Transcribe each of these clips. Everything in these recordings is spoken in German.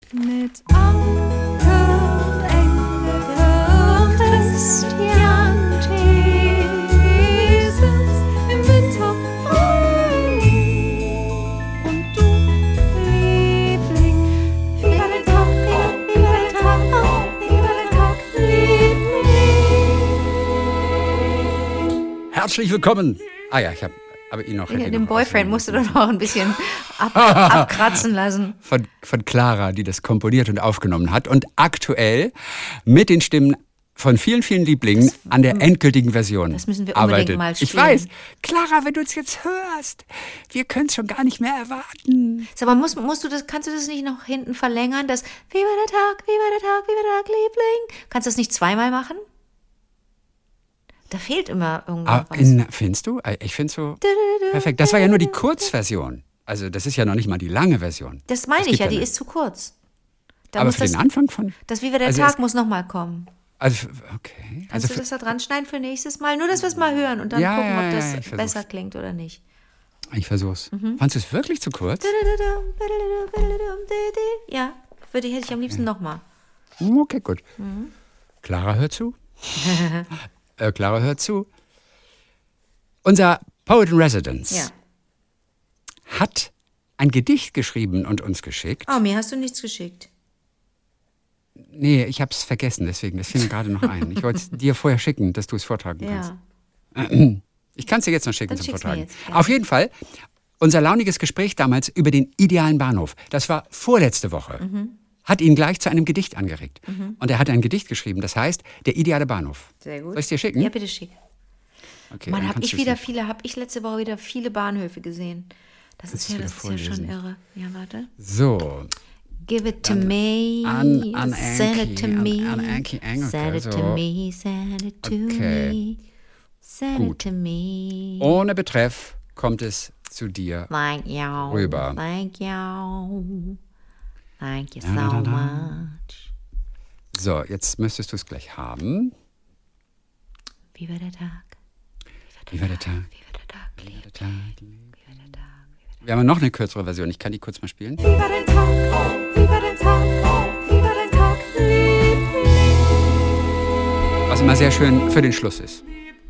Mit Anke Engelke und Christian Thiesens im Winter Frühling. Und du, Liebling, wie war der Tag, wie war der Tag, wie war der Tag, Liebling. Herzlich willkommen. Ich habe aber ihn noch. Den Boyfriend musst du doch noch ein bisschen abkratzen lassen. Von Clara, die das komponiert und aufgenommen hat. Und aktuell mit den Stimmen von vielen, vielen Lieblingen an der endgültigen Version. Das müssen wir unbedingt mal spielen. Ich weiß. Clara, wenn du uns jetzt hörst, wir können es schon gar nicht mehr erwarten. Sag mal, kannst du das nicht noch hinten verlängern? Das Wie war der Tag, wie war der Tag, wie war der Tag, Liebling? Kannst du das nicht zweimal machen? Da fehlt immer irgendwas. Findest du? Ich finde so perfekt. Das war ja nur die Kurzversion. Also das ist ja noch nicht mal die lange Version. Das meine ich ja, die ist zu kurz. Aber für den Anfang von... Das Wie war der Tag muss nochmal kommen. Also, okay. Kannst du das da dran schneiden für nächstes Mal? Nur, dass wir es mal hören und dann gucken, ob das besser klingt oder nicht. Ich versuch's. Fandest du es wirklich zu kurz? Ja, hätte ich am liebsten nochmal. Okay, gut. Clara, hör zu. Clara, hört zu. Unser Poet in Residence hat ein Gedicht geschrieben und uns geschickt. Oh, mir hast du nichts geschickt. Nee, ich hab's vergessen, deswegen, das fiel mir gerade noch ein. Ich wollte es dir vorher schicken, dass du es vortragen kannst. Ich kann es dir jetzt noch schicken zum Vortragen. Auf jeden Fall, unser launiges Gespräch damals über den idealen Bahnhof, das war vorletzte Woche. Hat ihn gleich zu einem Gedicht angeregt. Und er hat ein Gedicht geschrieben, das heißt Der ideale Bahnhof. Sehr gut. Soll ich es dir schicken? Ja, bitte schick. Okay, Mann, habe ich letzte Woche wieder viele Bahnhöfe gesehen. Das ist ja schon irre. Ja, warte. So. Give it to me, send it to me, send it to me, send it to me, send it to me. Ohne Betreff kommt es zu dir rüber. Thank you. Thank you so much. So, jetzt müsstest du es gleich haben. Wie war der Tag? Wie war der Tag? Wie war der Tag? Wie war der Tag? Wir haben noch eine kürzere Version. Ich kann die kurz mal spielen. Wie war der Tag? Wie war der Tag? Wie war der Tag? Was immer sehr schön für den Schluss ist.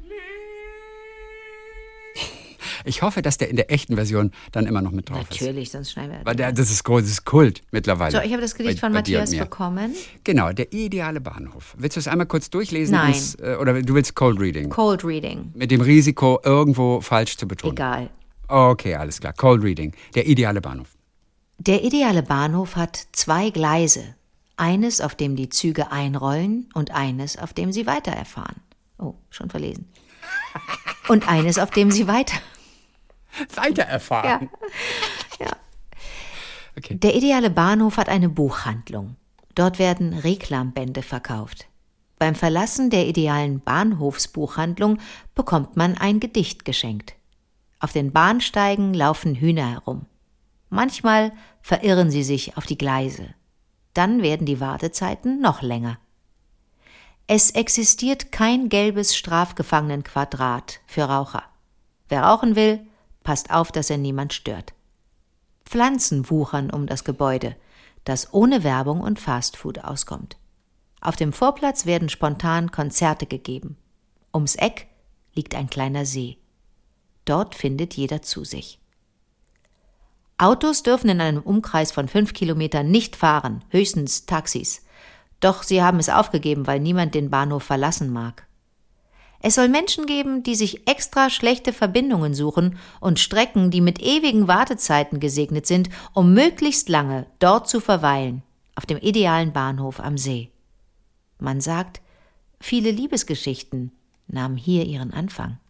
Ich hoffe, dass der in der echten Version dann immer noch mit drauf ist. Natürlich, sonst schneiden wir Weil das ist Kult mittlerweile. So, ich habe das Gedicht von Matthias bekommen. Genau, der ideale Bahnhof. Willst du es einmal kurz durchlesen? Nein. Oder du willst Cold Reading? Cold Reading. Mit dem Risiko, irgendwo falsch zu betonen. Egal. Okay, alles klar. Cold Reading. Der ideale Bahnhof. Der ideale Bahnhof hat 2 Gleise. Eines, auf dem die Züge einrollen und eines, auf dem sie weiterfahren. Oh, schon verlesen. Und eines, auf dem sie weitererfahren. Ja. Okay. Der ideale Bahnhof hat eine Buchhandlung. Dort werden Reklambände verkauft. Beim Verlassen der idealen Bahnhofsbuchhandlung bekommt man ein Gedicht geschenkt. Auf den Bahnsteigen laufen Hühner herum. Manchmal verirren sie sich auf die Gleise. Dann werden die Wartezeiten noch länger. Es existiert kein gelbes Strafgefangenenquadrat für Raucher. Wer rauchen will, passt auf, dass er niemand stört. Pflanzen wuchern um das Gebäude, das ohne Werbung und Fastfood auskommt. Auf dem Vorplatz werden spontan Konzerte gegeben. Ums Eck liegt ein kleiner See. Dort findet jeder zu sich. Autos dürfen in einem Umkreis von 5 Kilometern nicht fahren, höchstens Taxis. Doch sie haben es aufgegeben, weil niemand den Bahnhof verlassen mag. Es soll Menschen geben, die sich extra schlechte Verbindungen suchen und Strecken, die mit ewigen Wartezeiten gesegnet sind, um möglichst lange dort zu verweilen, auf dem idealen Bahnhof am See. Man sagt, viele Liebesgeschichten nahmen hier ihren Anfang.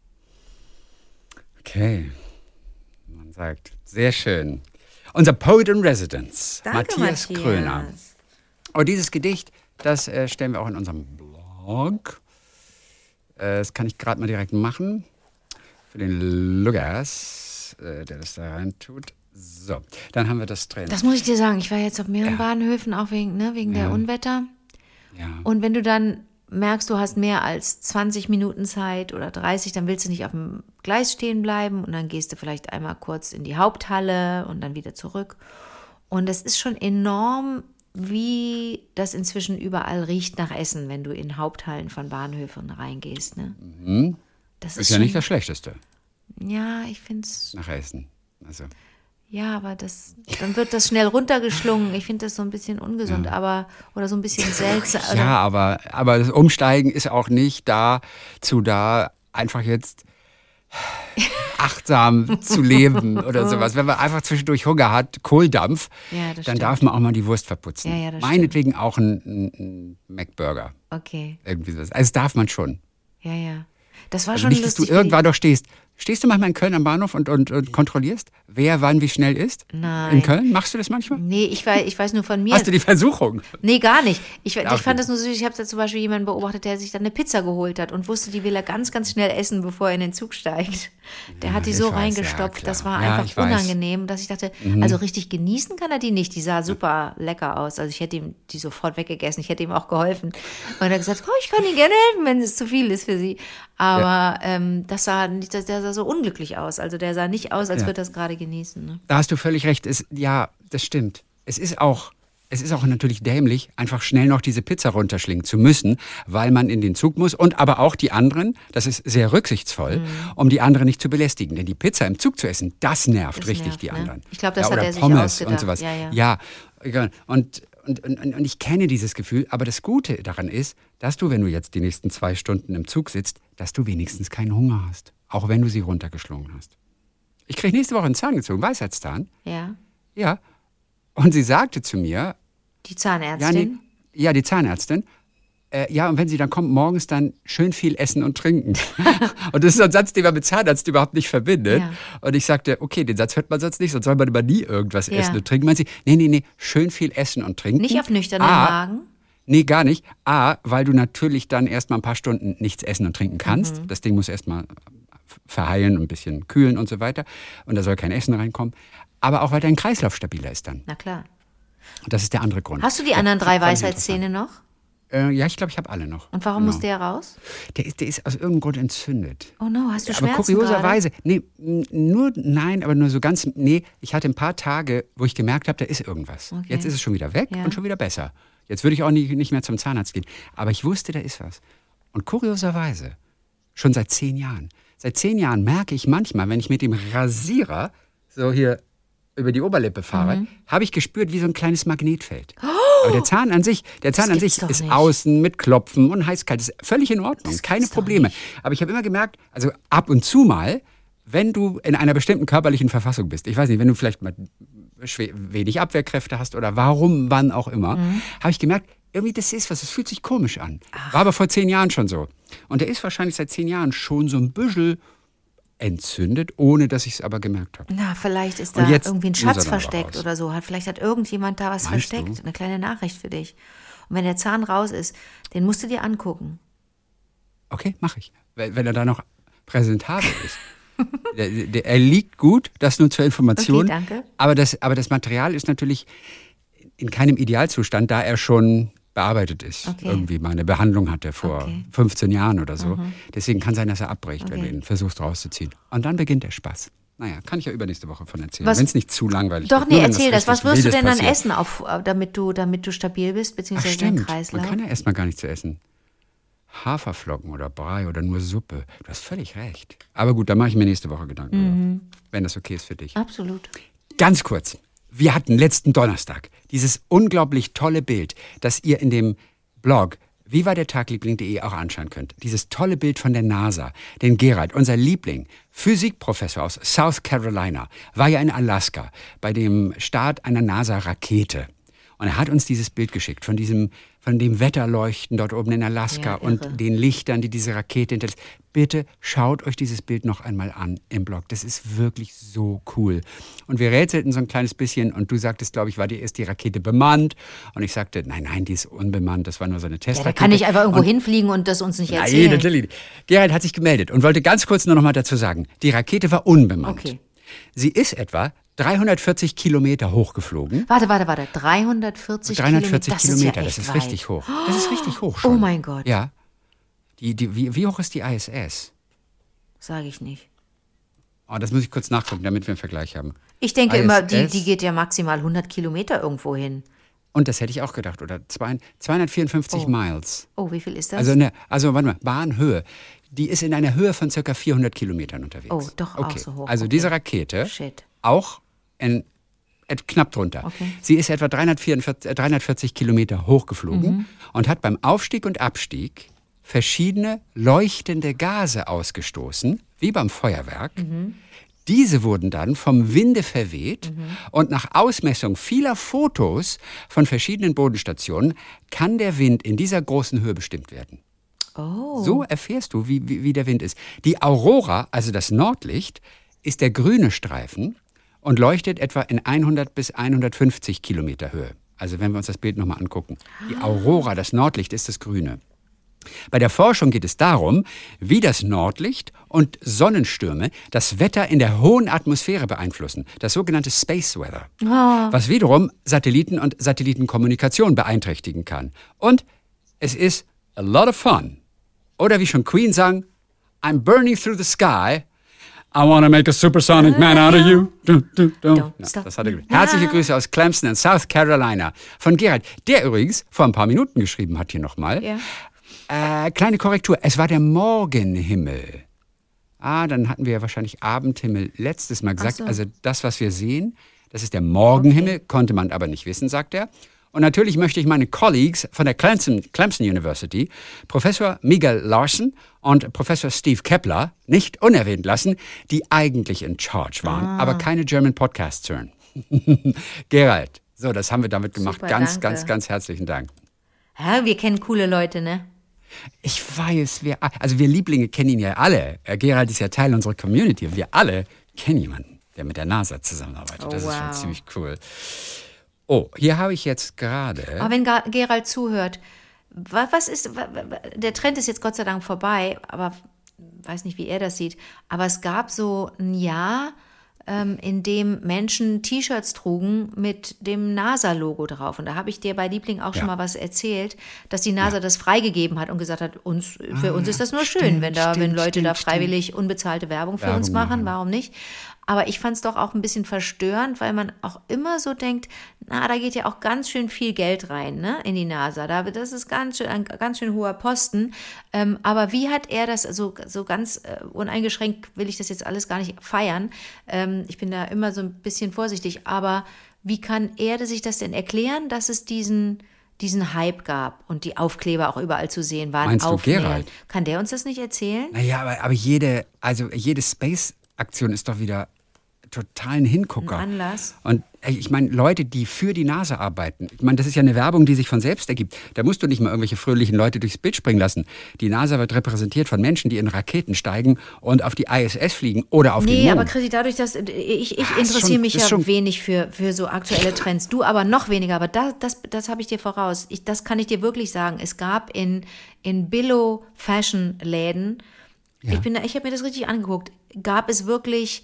Okay, man sagt, sehr schön. Unser Poet in Residence, Danke, Matthias Kröner. Und dieses Gedicht, das stellen wir auch in unserem Blog. Das kann ich gerade mal direkt machen. Für den Lukas, der das da rein tut. So, dann haben wir das drin. Das muss ich dir sagen. Ich war jetzt auf mehreren Bahnhöfen, auch wegen der Unwetter. Ja. Und wenn du dann merkst, du hast mehr als 20 Minuten Zeit oder 30, dann willst du nicht auf dem Gleis stehen bleiben und dann gehst du vielleicht einmal kurz in die Haupthalle und dann wieder zurück. Und es ist schon enorm, wie das inzwischen überall riecht nach Essen, wenn du in Haupthallen von Bahnhöfen reingehst. Ne? Mhm. Das ist ja nicht das Schlechteste. Ja, ich finde es. Nach Essen. Also. Ja, aber dann wird das schnell runtergeschlungen. Ich finde das so ein bisschen ungesund, oder so ein bisschen seltsam. Ja, aber das Umsteigen ist auch nicht dazu da, einfach jetzt achtsam zu leben oder sowas. Wenn man einfach zwischendurch Hunger hat, Kohldampf, dann darf man auch mal die Wurst verputzen. Ja, das meinetwegen auch ein McBurger. Okay. Irgendwie sowas. Also das darf man schon. Ja. Das war also schon nicht, lustig. Dass du irgendwann doch stehst. Stehst du manchmal in Köln am Bahnhof und kontrollierst, wer wann wie schnell ist? Nein. In Köln? Machst du das manchmal? Nee, ich weiß nur von mir. Hast du die Versuchung? Nee, gar nicht. Ich fand das nur süß. Ich habe da zum Beispiel jemanden beobachtet, der sich dann eine Pizza geholt hat und wusste, die will er ganz, ganz schnell essen, bevor er in den Zug steigt. Der hat die so reingestopft. Ja, das war einfach unangenehm, dass ich dachte, also richtig genießen kann er die nicht. Die sah super lecker aus. Also ich hätte ihm die sofort weggegessen. Ich hätte ihm auch geholfen. Und er hat gesagt, ich kann Ihnen gerne helfen, wenn es zu viel ist für Sie. Aber der sah so unglücklich aus. Also der sah nicht aus, als würde er das gerade genießen. Ne? Da hast du völlig recht. Das stimmt. Es ist auch natürlich dämlich, einfach schnell noch diese Pizza runterschlingen zu müssen, weil man in den Zug muss und aber auch die anderen, das ist sehr rücksichtsvoll, um die anderen nicht zu belästigen. Denn die Pizza im Zug zu essen, das nervt richtig die anderen. Ich glaube, das hat er sich Pommes ausgedacht. Und sowas. Ja. Und ich kenne dieses Gefühl, aber das Gute daran ist, dass du, wenn du jetzt die nächsten 2 Stunden im Zug sitzt, dass du wenigstens keinen Hunger hast. Auch wenn du sie runtergeschlungen hast. Ich kriege nächste Woche einen Zahn gezogen, Weisheitszahn. Ja. Ja. Und sie sagte zu mir... Die Zahnärztin? Ja, die Zahnärztin. Und wenn sie dann kommt, morgens dann schön viel essen und trinken. Und das ist ein Satz, den man mit Zahnarzt überhaupt nicht verbindet. Ja. Und ich sagte, okay, den Satz hört man sonst nicht, sonst soll man immer nie irgendwas essen und trinken. Meint sie, nee, schön viel essen und trinken. Nicht auf nüchternen Magen? Nee, gar nicht. Weil du natürlich dann erstmal ein paar Stunden nichts essen und trinken kannst. Das Ding muss erstmal verheilen und ein bisschen kühlen und so weiter. Und da soll kein Essen reinkommen. Aber auch, weil dein Kreislauf stabiler ist dann. Na klar. Das ist der andere Grund. Hast du die anderen 3 Weisheitszähne noch? Ja, ich glaube, ich habe alle noch. Und warum muss der raus? Der ist aus irgendeinem Grund entzündet. Oh no, hast du Schmerzen? Aber kurioserweise, aber nur so ganz, ich hatte ein paar Tage, wo ich gemerkt habe, da ist irgendwas. Okay. Jetzt ist es schon wieder weg und schon wieder besser. Jetzt würde ich auch nicht mehr zum Zahnarzt gehen. Aber ich wusste, da ist was. Und kurioserweise, schon seit 10 Jahren. Seit 10 Jahren merke ich manchmal, wenn ich mit dem Rasierer so hier über die Oberlippe fahre, habe ich gespürt, wie so ein kleines Magnetfeld. Aber der Zahn an sich ist außen mit Klopfen und heiß-kalt. Das ist völlig in Ordnung, keine Probleme. Aber ich habe immer gemerkt, also ab und zu mal, wenn du in einer bestimmten körperlichen Verfassung bist, ich weiß nicht, wenn du vielleicht mal wenig Abwehrkräfte hast oder wann auch immer, habe ich gemerkt, irgendwie das ist was, das fühlt sich komisch an. War aber vor 10 Jahren schon so. Und der ist wahrscheinlich seit 10 Jahren schon so ein bisschen entzündet, ohne dass ich es aber gemerkt habe. Na, vielleicht ist da irgendwie ein Schatz versteckt oder so. Vielleicht hat irgendjemand da was versteckt. Eine kleine Nachricht für dich. Und wenn der Zahn raus ist, den musst du dir angucken. Okay, mache ich. Wenn er da noch präsentabel ist. Er liegt gut, das nur zur Information. Okay, danke. Aber das Material ist natürlich in keinem Idealzustand, da er schon bearbeitet ist. Okay. Irgendwie mal eine Behandlung hatte vor 15 Jahren oder so. Deswegen kann sein, dass er abbricht, wenn du ihn versuchst rauszuziehen. Und dann beginnt der Spaß. Naja, kann ich ja übernächste Woche von erzählen, wenn es nicht zu langweilig ist. Doch, nee, erzähl das. Was wirst du denn dann essen, damit du stabil bist, beziehungsweise dein Kreislauf? Man kann ja erstmal gar nichts zu essen. Haferflocken oder Brei oder nur Suppe. Du hast völlig recht. Aber gut, da mache ich mir nächste Woche Gedanken, wenn das okay ist für dich. Absolut. Ganz kurz. Wir hatten letzten Donnerstag dieses unglaublich tolle Bild, das ihr in dem Blog vivadertagliebling.de auch anschauen könnt. Dieses tolle Bild von der NASA. Denn Gerald, unser Liebling, Physikprofessor aus South Carolina, war ja in Alaska bei dem Start einer NASA-Rakete. Und er hat uns dieses Bild geschickt von dem Wetterleuchten dort oben in Alaska und den Lichtern, die diese Rakete hinterlässt. Bitte schaut euch dieses Bild noch einmal an im Blog. Das ist wirklich so cool. Und wir rätselten so ein kleines bisschen und du sagtest, glaube ich, ist die Rakete bemannt? Und ich sagte, nein, die ist unbemannt. Das war nur so eine Testrakete. Ja, da kann ich einfach irgendwo hinfliegen und das uns nicht erzählen. Nein, natürlich nicht. Gerald hat sich gemeldet und wollte ganz kurz nur noch mal dazu sagen, die Rakete war unbemannt. Okay. Sie ist etwa 340 Kilometer hochgeflogen. Warte. 340 Kilometer, das ist richtig hoch. Das ist richtig hoch schon. Oh mein Gott. Ja. Wie hoch ist die ISS? Sage ich nicht. Oh, das muss ich kurz nachgucken, damit wir einen Vergleich haben. Ich denke immer, die geht ja maximal 100 Kilometer irgendwo hin. Und das hätte ich auch gedacht, oder 254 Miles. Oh, wie viel ist das? Also warte mal, Bahnhöhe. Die ist in einer Höhe von ca. 400 Kilometern unterwegs. Oh, doch auch so hoch. Also diese Rakete, auch knapp drunter. Okay. Sie ist etwa 340 Kilometer hochgeflogen und hat beim Aufstieg und Abstieg verschiedene leuchtende Gase ausgestoßen, wie beim Feuerwerk. Diese wurden dann vom Winde verweht und nach Ausmessung vieler Fotos von verschiedenen Bodenstationen kann der Wind in dieser großen Höhe bestimmt werden. Oh. So erfährst du, wie der Wind ist. Die Aurora, also das Nordlicht, ist der grüne Streifen und leuchtet etwa in 100 bis 150 Kilometer Höhe. Also wenn wir uns das Bild nochmal angucken. Die Aurora, das Nordlicht, ist das Grüne. Bei der Forschung geht es darum, wie das Nordlicht und Sonnenstürme das Wetter in der hohen Atmosphäre beeinflussen, das sogenannte Space Weather, was wiederum Satelliten und Satellitenkommunikation beeinträchtigen kann. Und es ist a lot of fun. Oder wie schon Queen sang, I'm burning through the sky, I want to make a supersonic man out of you. Das hat er gesagt. Herzliche Grüße aus Clemson in South Carolina von Gerald, der übrigens vor ein paar Minuten geschrieben hat hier nochmal. Ja. Kleine Korrektur, es war der Morgenhimmel. Dann hatten wir ja wahrscheinlich Abendhimmel letztes Mal gesagt. So. Also das, was wir sehen, das ist der Morgenhimmel, konnte man aber nicht wissen, sagt er. Und natürlich möchte ich meine Colleagues von der Clemson University, Professor Miguel Larson und Professor Steve Kepler, nicht unerwähnt lassen, die eigentlich in charge waren, aber keine German Podcasts hören. Gerald, so, das haben wir damit gemacht. Super, ganz herzlichen Dank. Ja, wir kennen coole Leute, ne? Ich weiß, wir Lieblinge kennen ihn ja alle. Gerald ist ja Teil unserer Community. Wir alle kennen jemanden, der mit der NASA zusammenarbeitet. Das ist schon ziemlich cool. Oh, hier habe ich jetzt gerade... Aber wenn Gerald zuhört, was ist... Der Trend ist jetzt Gott sei Dank vorbei, aber weiß nicht, wie er das sieht. Aber es gab so ein Jahr, in dem Menschen T-Shirts trugen mit dem NASA-Logo drauf. Und da habe ich dir bei Liebling auch schon mal was erzählt, dass die NASA das freigegeben hat und gesagt hat, für uns ist das nur schön, wenn Leute da freiwillig unbezahlte Werbung für uns machen, warum nicht? Aber ich fand es doch auch ein bisschen verstörend, weil man auch immer so denkt, da geht ja auch ganz schön viel Geld rein, ne, in die NASA. Das ist ein ganz schön hoher Posten. Aber wie hat er das, so ganz uneingeschränkt will ich das jetzt alles gar nicht feiern. Ich bin da immer so ein bisschen vorsichtig. Aber wie kann er sich das denn erklären, dass es diesen Hype gab und die Aufkleber auch überall zu sehen waren? Meinst du Gerald? Kann der uns das nicht erzählen? Naja, aber jede Space-Aktion ist doch wieder totalen Hingucker. Ein Anlass. Und ich meine, Leute, die für die NASA arbeiten, ich meine, das ist ja eine Werbung, die sich von selbst ergibt. Da musst du nicht mal irgendwelche fröhlichen Leute durchs Bild springen lassen. Die NASA wird repräsentiert von Menschen, die in Raketen steigen und auf die ISS fliegen oder auf den Mond. Nee, aber Chrissy, dadurch, dass ich interessiere mich ja wenig für so aktuelle Trends. Du aber noch weniger, aber das habe ich dir voraus. Das kann ich dir wirklich sagen. Es gab in Billo-Fashion-Läden, ich habe mir das richtig angeguckt, gab es wirklich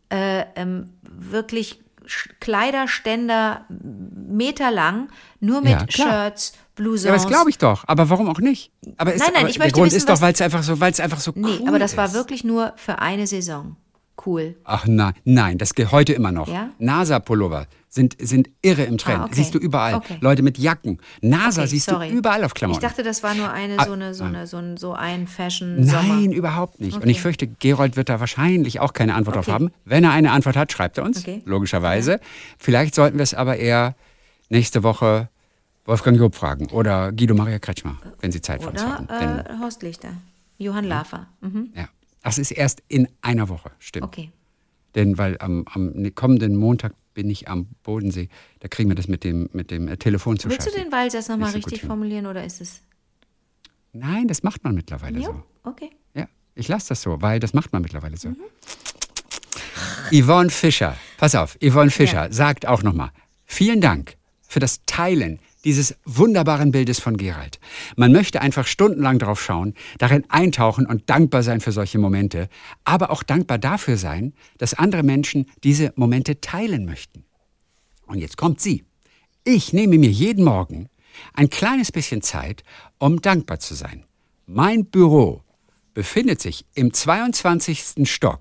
Kleiderständer meterlang, nur mit Shirts, Blousons. Ja, das glaube ich doch. Aber warum auch nicht? Aber ich möchte der Grund wissen, ist doch, weil es einfach so cool ist. Nee, aber das war wirklich nur für eine Saison. Cool. Ach nein, das geht heute immer noch. Ja? NASA-Pullover sind irre im Trend. Okay. Siehst du überall. Okay. Leute mit Jacken. NASA siehst du überall auf Klamotten. Ich dachte, das war nur so ein Fashion-Sommer. Nein, überhaupt nicht. Okay. Und ich fürchte, Gerold wird da wahrscheinlich auch keine Antwort drauf haben. Wenn er eine Antwort hat, schreibt er uns, logischerweise. Ja. Vielleicht sollten wir es aber eher nächste Woche Wolfgang Job fragen oder Guido Maria Kretschmer, wenn sie Zeit für uns haben. Oder Horst Lichter, Johann Lafer. Mhm. Ja. Das ist erst in einer Woche, stimmt. Okay. Denn weil am kommenden Montag bin ich am Bodensee, da kriegen wir das mit dem Telefon zu Willst du den Walsers nochmal richtig formulieren oder ist es? Nein, das macht man mittlerweile so. Okay. Ja, ich lasse das so, weil das macht man mittlerweile so. Yvonne Fischer, pass auf, Yvonne Fischer sagt auch nochmal, vielen Dank für das Teilen dieses wunderbaren Bildes von Gerald. Man möchte einfach stundenlang drauf schauen, darin eintauchen und dankbar sein für solche Momente, aber auch dankbar dafür sein, dass andere Menschen diese Momente teilen möchten. Und jetzt kommt sie. Ich nehme mir jeden Morgen ein kleines bisschen Zeit, um dankbar zu sein. Mein Büro befindet sich im 22. Stock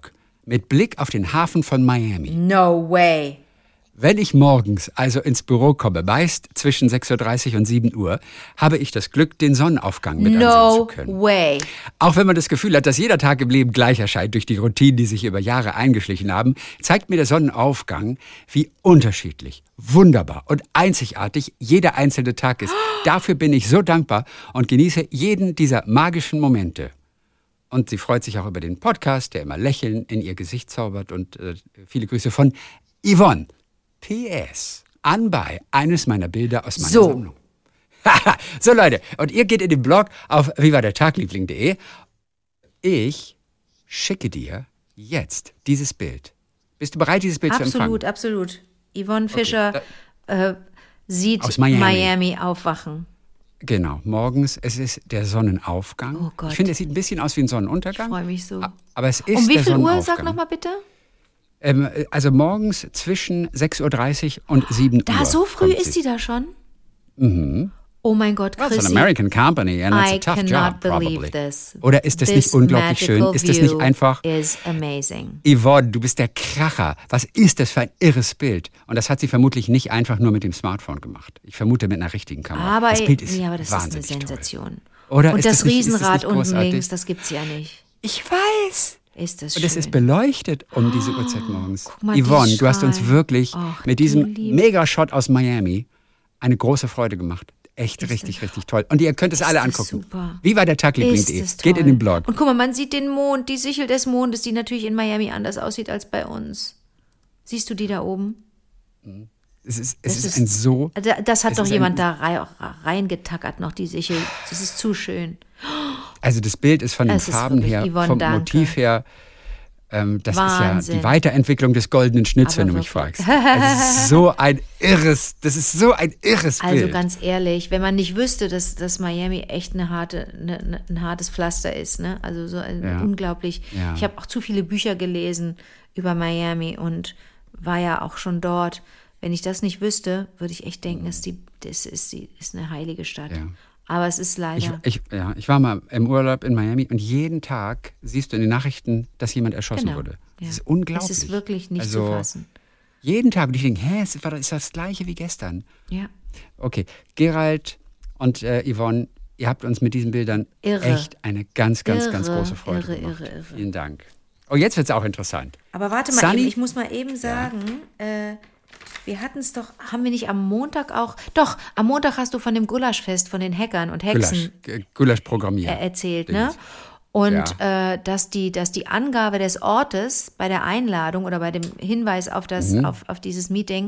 mit Blick auf den Hafen von Miami. No way. Wenn ich morgens also ins Büro komme, meist zwischen 6.30 Uhr und 7 Uhr, habe ich das Glück, den Sonnenaufgang mit ansehen zu können. No way. Auch wenn man das Gefühl hat, dass jeder Tag im Leben gleich erscheint durch die Routinen, die sich über Jahre eingeschlichen haben, zeigt mir der Sonnenaufgang, wie unterschiedlich, wunderbar und einzigartig jeder einzelne Tag ist. Dafür bin ich so dankbar und genieße jeden dieser magischen Momente. Und sie freut sich auch über den Podcast, der immer Lächeln in ihr Gesicht zaubert. Und viele Grüße von Yvonne. PS. Anbei. Eines meiner Bilder aus meiner Sammlung. So Leute, und ihr geht in den Blog auf vivadertagliebling.de. Ich schicke dir jetzt dieses Bild. Bist du bereit, dieses Bild zu empfangen? Absolut. Yvonne Fischer sieht aus Miami aufwachen. Genau, morgens, es ist der Sonnenaufgang. Oh Gott. Ich finde, es sieht ein bisschen aus wie ein Sonnenuntergang. Ich freue mich so. Aber es ist um wie der viel Sonnenaufgang. Uhr, sag nochmal bitte? Also morgens zwischen 6.30 Uhr und 7 Uhr. Da, so früh ist die da schon? Mhm. Oh mein Gott, Chrissy. It's an American company and it's a tough job, probably. Oder ist das nicht unglaublich schön? Ist das nicht einfach? Is amazing. Yvonne, du bist der Kracher. Was ist das für ein irres Bild? Und das hat sie vermutlich nicht einfach nur mit dem Smartphone gemacht. Ich vermute mit einer richtigen Kamera. Aber das Bild ist das wahnsinnig ist eine Sensation. Toll. Oder und ist das nicht, Riesenrad unten großartig? Links, das gibt's ja nicht. Ich weiß. Ist das schön. Und es ist beleuchtet um diese Uhrzeit morgens. Guck mal, Yvonne, du hast uns wirklich mit diesem Liebe. Megashot aus Miami eine große Freude gemacht. Echt Ist richtig toll. Und ihr könnt es alle angucken. Super. vivadertagliebling.de. Geht in den Blog. Und guck mal, man sieht den Mond, die Sichel des Mondes, die natürlich in Miami anders aussieht als bei uns. Siehst du die da oben? Es ist ein so... Das hat doch jemand da reingetackert, noch die Sichel. Das ist zu schön. Also das Bild ist von den Farben her, Yvonne, vom danke. Motiv her, das Wahnsinn. ist ja die Weiterentwicklung des goldenen Schnitts, wenn du mich fragst. Das ist so ein irres Bild. Also ganz ehrlich, wenn man nicht wüsste, dass Miami echt ein hartes Pflaster ist, ne? Also so unglaublich. Ja. Ich habe auch zu viele Bücher gelesen über Miami und war ja auch schon dort. Wenn ich das nicht wüsste, würde ich echt denken, das ist eine heilige Stadt. Ja. Aber es ist leider. Ich war mal im Urlaub in Miami und jeden Tag siehst du in den Nachrichten, dass jemand erschossen wurde. Das ist unglaublich. Es ist wirklich nicht zu fassen. Jeden Tag. Und ich denke, ist das Gleiche wie gestern. Ja. Okay, Gerald und Yvonne, ihr habt uns mit diesen Bildern echt eine ganz große Freude gemacht. Irre. Vielen Dank. Oh, jetzt wird es auch interessant. Aber warte mal, eben, ich muss mal eben sagen, wir hatten es doch, haben wir nicht am Montag auch, doch, am Montag hast du von dem Gulaschfest, von den Hackern und Hexen Gulasch programmieren erzählt, ne? Und dass die Angabe des Ortes bei der Einladung oder bei dem Hinweis auf auf dieses Meeting,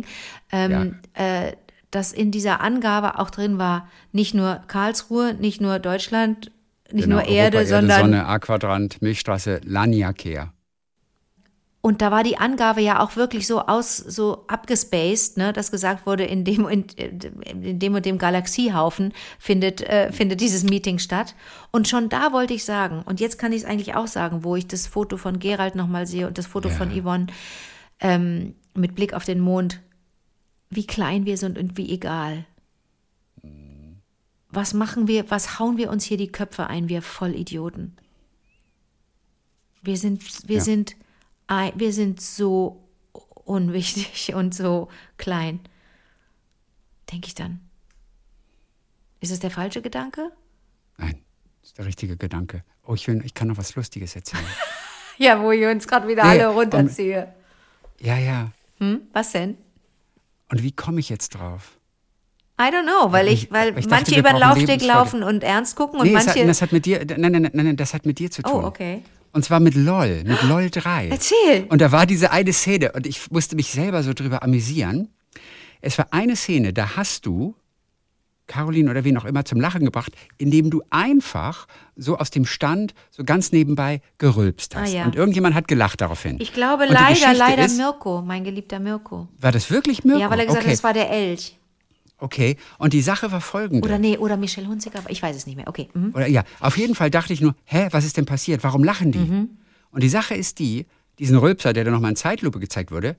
dass in dieser Angabe auch drin war, nicht nur Karlsruhe, nicht nur Deutschland, nicht nur Erde, sondern Sonne, A-Quadrant, Milchstraße, Laniakea. Und da war die Angabe ja auch wirklich so abgespaced, ne, dass gesagt wurde, in dem und dem Galaxiehaufen findet dieses Meeting statt. Und schon da wollte ich sagen, und jetzt kann ich es eigentlich auch sagen, wo ich das Foto von Gerald nochmal sehe und das Foto von Yvonne mit Blick auf den Mond, wie klein wir sind und wie egal. Was machen wir, was hauen wir uns hier die Köpfe ein, wir Vollidioten. Wir sind so unwichtig und so klein. Denke ich dann. Ist es der falsche Gedanke? Nein, das ist der richtige Gedanke. Oh, ich kann noch was Lustiges erzählen. Ja, wo ich uns gerade wieder alle runterziehe. Ja. Was denn? Und wie komme ich jetzt drauf? I don't know, weil manche dachte, über den Laufsteg laufen und ernst gucken und manche... Das hat mit dir, nein, das hat mit dir zu tun. Oh, okay. Und zwar mit LOL 3. Erzähl. Und da war diese eine Szene und ich musste mich selber so drüber amüsieren. Es war eine Szene, da hast du Caroline oder wen auch immer zum Lachen gebracht, indem du einfach so aus dem Stand so ganz nebenbei gerülpst hast. Und irgendjemand hat gelacht daraufhin. Ich glaube leider Mirko, mein geliebter Mirko. War das wirklich Mirko? Ja, weil er gesagt hat, das war der Elch. Okay, und die Sache war folgende. Oder Michelle Hunziker, ich weiß es nicht mehr, okay. Mhm. Oder auf jeden Fall dachte ich nur, was ist denn passiert? Warum lachen die? Und die Sache ist diesen Rülpser, der dann nochmal in Zeitlupe gezeigt wurde,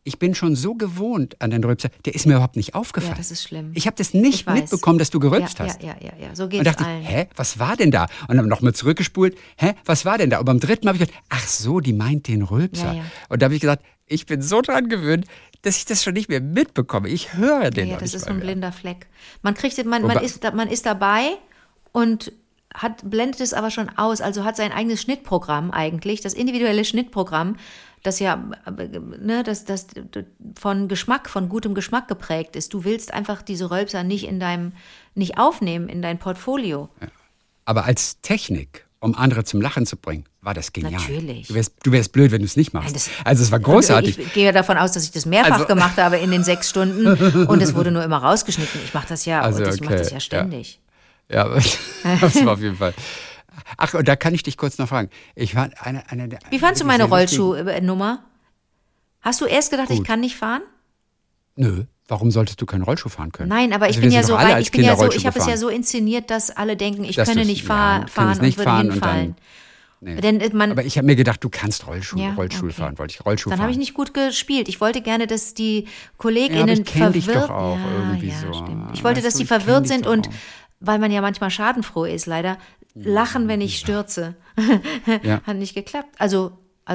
ich bin schon so gewohnt an den Rülpser, der ist mir überhaupt nicht aufgefallen. Ja, das ist schlimm. Ich habe das nicht mitbekommen, dass du gerülpst hast. Ja, so geht's und dachte allen. Hä, was war denn da? Und dann nochmal zurückgespult, was war denn da? Und beim dritten Mal habe ich gedacht, ach so, die meint den Rülpser. Ja. Und da habe ich gesagt, ich bin so dran gewöhnt, dass ich das schon nicht mehr mitbekomme. Ich höre den noch nicht. Das ist so ein blinder Fleck. Man ist dabei und blendet es aber schon aus, also hat sein eigenes Schnittprogramm eigentlich, das individuelle Schnittprogramm, das ja das von gutem Geschmack geprägt ist. Du willst einfach diese Rölpser nicht aufnehmen in dein Portfolio. Ja. Aber als Technik, um andere zum Lachen zu bringen, war das genial. Natürlich. Du wärst blöd, wenn du es nicht machst. Nein, es war großartig. Ich gehe ja davon aus, dass ich das mehrfach gemacht habe in den 6 Stunden und es wurde nur immer rausgeschnitten. Ich mache das ja ständig. Ja, das war auf jeden Fall. Ach, und da kann ich dich kurz noch fragen. Ich war Wie fandst du meine Rollschuhnummer? Hast du erst gedacht, ich kann nicht fahren? Nö. Warum solltest du keinen Rollschuh fahren können? Nein, aber ich bin ja so weit, ich habe es ja so inszeniert, dass alle denken, ich könne nicht fahren und würde hinfallen. Nee. Aber ich habe mir gedacht, du kannst Rollstuhl fahren, wollte ich Rollschuh fahren. Dann habe ich nicht gut gespielt. Ich wollte gerne, dass die KollegInnen ich kenn dich doch auch irgendwie so. Stimmt. Ich wollte, dass die verwirrt sind und, weil man ja manchmal schadenfroh ist, leider, lachen, wenn ich stürze. Hat nicht geklappt. Also,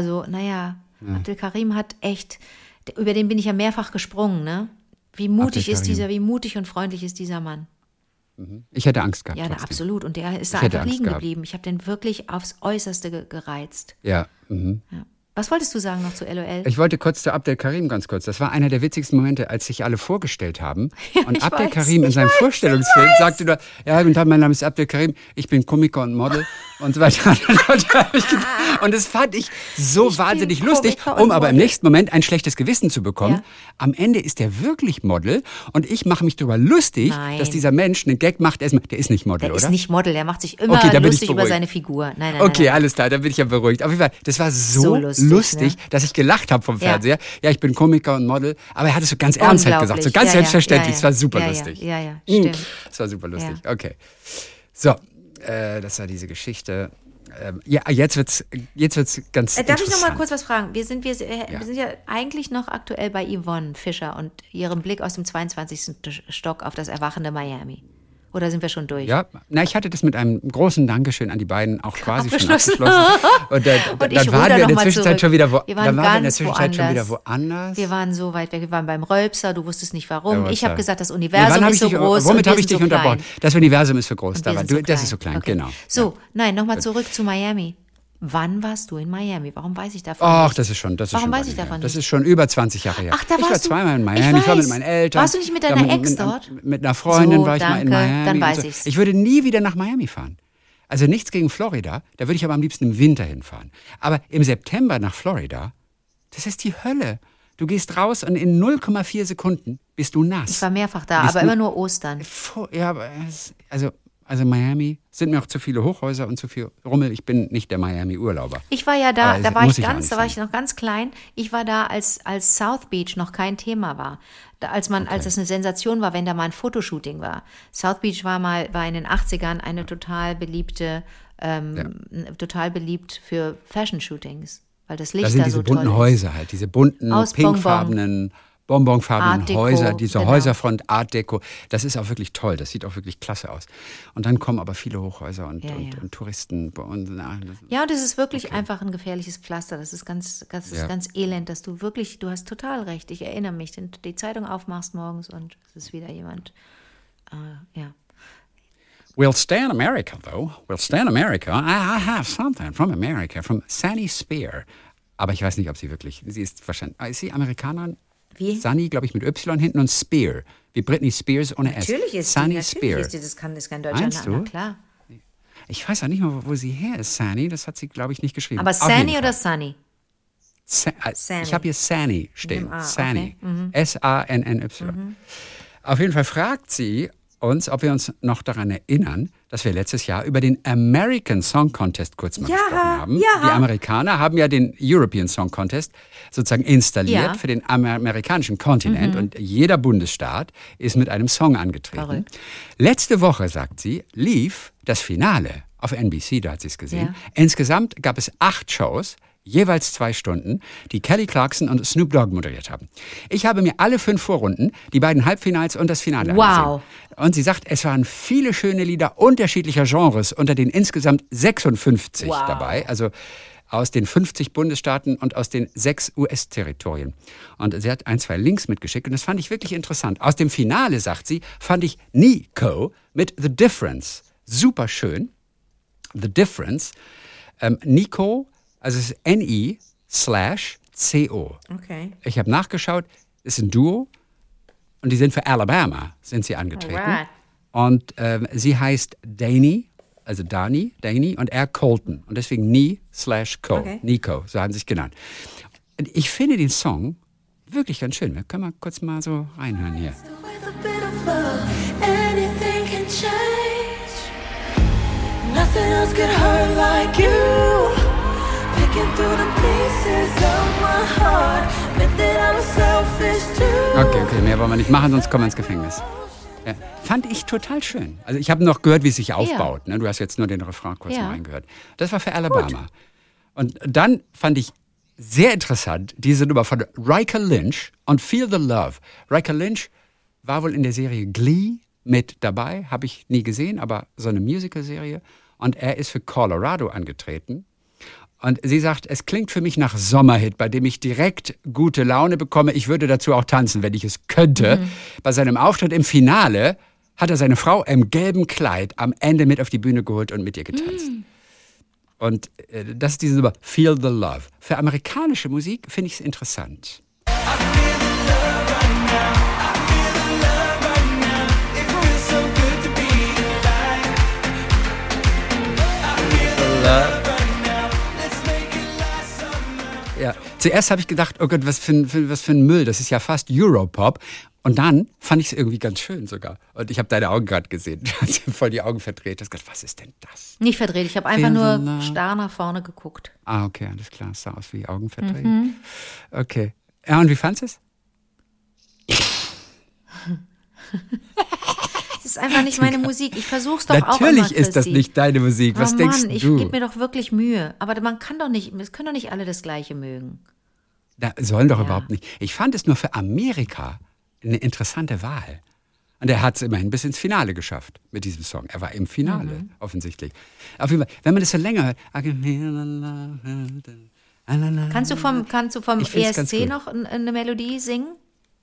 Abdel Karim hat echt, über den bin ich ja mehrfach gesprungen, ne? Wie mutig und freundlich ist dieser Mann. Ich hätte Angst gehabt. Ja, absolut. Und der ist da einfach liegen geblieben. Ich habe den wirklich aufs Äußerste gereizt. Ja. Was wolltest du sagen noch zu LOL? Ich wollte kurz zu Abdel Karim ganz kurz. Das war einer der witzigsten Momente, als sich alle vorgestellt haben. Und Abdel Karim in seinem Vorstellungsfilm sagte nur, ja, guten Tag, mein Name ist Abdel Karim, ich bin Komiker und Model und so weiter. Und das fand ich so wahnsinnig lustig, um aber im nächsten Moment ein schlechtes Gewissen zu bekommen. Ja. Am Ende ist der wirklich Model und ich mache mich darüber lustig, dass dieser Mensch einen Gag macht. Der ist nicht Model, oder? Der ist nicht Model, der macht sich immer lustig über seine Figur. Nein, alles klar, dann bin ich ja beruhigt. Auf jeden Fall, das war so lustig, dass ich gelacht habe vom Fernseher. Ja, ich bin Komiker und Model, aber er hat es so ganz ernst gesagt, so ganz selbstverständlich. Es war super lustig. Ja, stimmt. Es war super lustig, okay. So, das war diese Geschichte. Jetzt wird's ganz interessant. Darf ich noch mal kurz was fragen? Wir sind ja eigentlich noch aktuell bei Yvonne Fischer und ihrem Blick aus dem 22. Stock auf das erwachende Miami. Oder sind wir schon durch? Ja, ich hatte das mit einem großen Dankeschön an die beiden auch quasi schon abgeschlossen. Und dann waren wir in der Zwischenzeit schon wieder woanders. Wir waren so weit weg, wir waren beim Rölpser, du wusstest nicht warum. Ich habe gesagt, das Universum ist so groß. Womit habe ich dich unterbrochen? Das Universum ist so groß. Das ist so klein, genau. So, nochmal zurück zu Miami. Wann warst du in Miami? Warum weiß ich davon nicht? Ach, das ist schon. Warum weiß ich davon nicht? Das ist schon über 20 Jahre her. Ach, da warst ich war zweimal in Miami. Ich war mit meinen Eltern. Warst du nicht mit deiner Ex dort? Mit einer Freundin war ich mal in Miami. Dann weiß ich's. Ich würde nie wieder nach Miami fahren. Also nichts gegen Florida. Da würde ich aber am liebsten im Winter hinfahren. Aber im September nach Florida, das ist die Hölle. Du gehst raus und in 0,4 Sekunden bist du nass. Ich war mehrfach da, aber immer nur Ostern. Ja, aber also Miami sind mir auch zu viele Hochhäuser und zu viel Rummel. Ich bin nicht der Miami-Urlauber. Ich war ja da, da war ich noch ganz klein. Ich war da, als South Beach noch kein Thema war. Als es eine Sensation war, wenn da mal ein Fotoshooting war. South Beach war in den 80ern eine total beliebt für Fashion-Shootings, weil das Licht da so toll ist. Diese bunten Häuser halt, diese bunten, pinkfarbenen, bonbonfarbenen Häuser, diese Häuserfront, Art Deco, das ist auch wirklich toll, das sieht auch wirklich klasse aus. Und dann kommen aber viele Hochhäuser und Touristen. Und es ist wirklich einfach ein gefährliches Pflaster, das ist ganz elend, dass du hast total recht, ich erinnere mich, wenn du die Zeitung aufmachst morgens und es ist wieder jemand, We'll stay in America, though. We'll stay in America. I have something from America, from Sunny Spear. Aber ich weiß nicht, ob sie ist sie Amerikanerin? Wie? Sunny, glaube ich, mit Y hinten und Spear. Wie Britney Spears ohne S. Natürlich ist Sunny Spear. Das ist kein deutscher Name, klar. Ich weiß auch nicht mal, wo sie her ist, Sunny. Das hat sie, glaube ich, nicht geschrieben. Aber Sunny oder Sunny? Ich habe hier Sunny stehen. Sunny. Okay. S-A-N-N-Y. Auf jeden Fall fragt sie uns, ob wir uns noch daran erinnern, dass wir letztes Jahr über den American Song Contest kurz mal gesprochen haben. Ja. Die Amerikaner haben ja den European Song Contest sozusagen installiert für den amerikanischen Kontinent und jeder Bundesstaat ist mit einem Song angetreten. Verrückt. Letzte Woche, sagt sie, lief das Finale auf NBC, da hat sie es gesehen. Ja. Insgesamt gab es 8 Shows. jeweils 2 Stunden, die Kelly Clarkson und Snoop Dogg moderiert haben. Ich habe mir alle 5 Vorrunden, die beiden Halbfinals und das Finale angesehen. Und sie sagt, es waren viele schöne Lieder unterschiedlicher Genres, unter den insgesamt 56 dabei, also aus den 50 Bundesstaaten und aus den 6 US-Territorien. Und sie hat 1, 2 Links mitgeschickt und das fand ich wirklich interessant. Aus dem Finale, sagt sie, fand ich Nico mit The Difference super schön. The Difference. Nico, also es ist Ni/CO. Okay. Ich habe nachgeschaut, es ist ein Duo und die sind für Alabama, sind sie angetreten. Alright. Und sie heißt Dani und er Colton. Und deswegen Ni/Co. Okay. Nico, so haben sie sich genannt. Und ich finde den Song wirklich ganz schön. Wir können mal kurz mal so reinhören hier. Nothing else could hurt like you. Picking through the pieces of my heart. Admit that I was selfish too. Okay, mehr wollen wir nicht machen, sonst kommen wir ins Gefängnis. Ja, fand ich total schön. Also ich habe noch gehört, wie es sich aufbaut. Ja. Ne? Du hast jetzt nur den Refrain kurz mal reingehört. Das war für Alabama. Gut. Und dann fand ich sehr interessant diese Nummer von Riker Lynch und Feel the Love. Riker Lynch war wohl in der Serie Glee mit dabei, habe ich nie gesehen, aber so eine Musical-Serie. Und er ist für Colorado angetreten. Und sie sagt, es klingt für mich nach Sommerhit, bei dem ich direkt gute Laune bekomme. Ich würde dazu auch tanzen, wenn ich es könnte. Bei seinem Auftritt im Finale hat er seine Frau im gelben Kleid am Ende mit auf die Bühne geholt und mit ihr getanzt. Und das ist diese Nummer, Feel the Love. Für amerikanische Musik finde ich es interessant. Ja. Zuerst habe ich gedacht, oh Gott, was für ein Müll, das ist ja fast Europop. Und dann fand ich es irgendwie ganz schön sogar. Und ich habe deine Augen gerade gesehen. Du hast voll die Augen verdreht. Du hast gedacht, was ist denn das? Nicht verdreht, ich habe einfach nur starr nach vorne geguckt. Ah, okay, alles klar. Es sah aus wie Augen verdreht. Okay. Ja, und wie fandest du es? Das ist einfach nicht meine Musik. Ich versuch's doch auch immer, Natürlich ist das nicht deine Musik. Was denkst du? Ich gebe mir doch wirklich Mühe. Aber es können doch nicht alle das Gleiche mögen. Sollen doch überhaupt nicht. Ich fand es nur für Amerika eine interessante Wahl. Und er hat es immerhin bis ins Finale geschafft mit diesem Song. Er war im Finale, offensichtlich. Auf jeden Fall, wenn man das so länger hört. Kannst du vom ESC noch eine Melodie singen?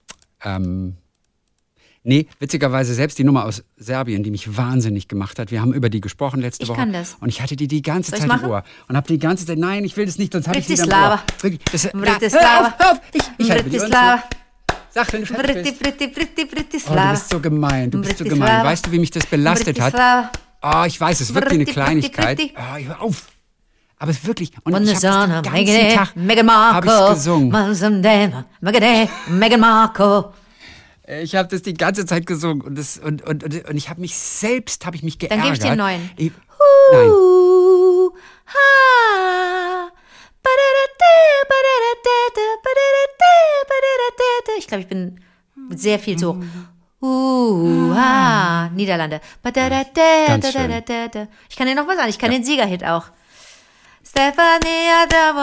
Nee, witzigerweise selbst die Nummer aus Serbien, die mich wahnsinnig gemacht hat. Wir haben über die gesprochen letzte Woche. Ich kann das. Und ich hatte die ganze Zeit im Ohr. Und habe die ganze Zeit, nein, ich will das nicht, sonst habe ich wieder im Ohr. Bratislava. Hör auf! Ich halte die Ohren. Sag, wenn du fertig bist. Oh, du bist so gemein, Weißt du, wie mich das belastet hat? Oh, ich weiß, es ist wirklich eine Kleinigkeit. Oh, hör auf! Aber es ist wirklich, und ich habe den ganzen Tag habe ich gesungen. Ich habe das die ganze Zeit gesungen und ich habe mich geärgert. Dann gebe ich dir einen neuen. Nein. Ich glaube, ich bin sehr viel so. Niederlande. Ganz schön. Ich kann dir noch was sagen. Ich kann den Siegerhit auch. Stefania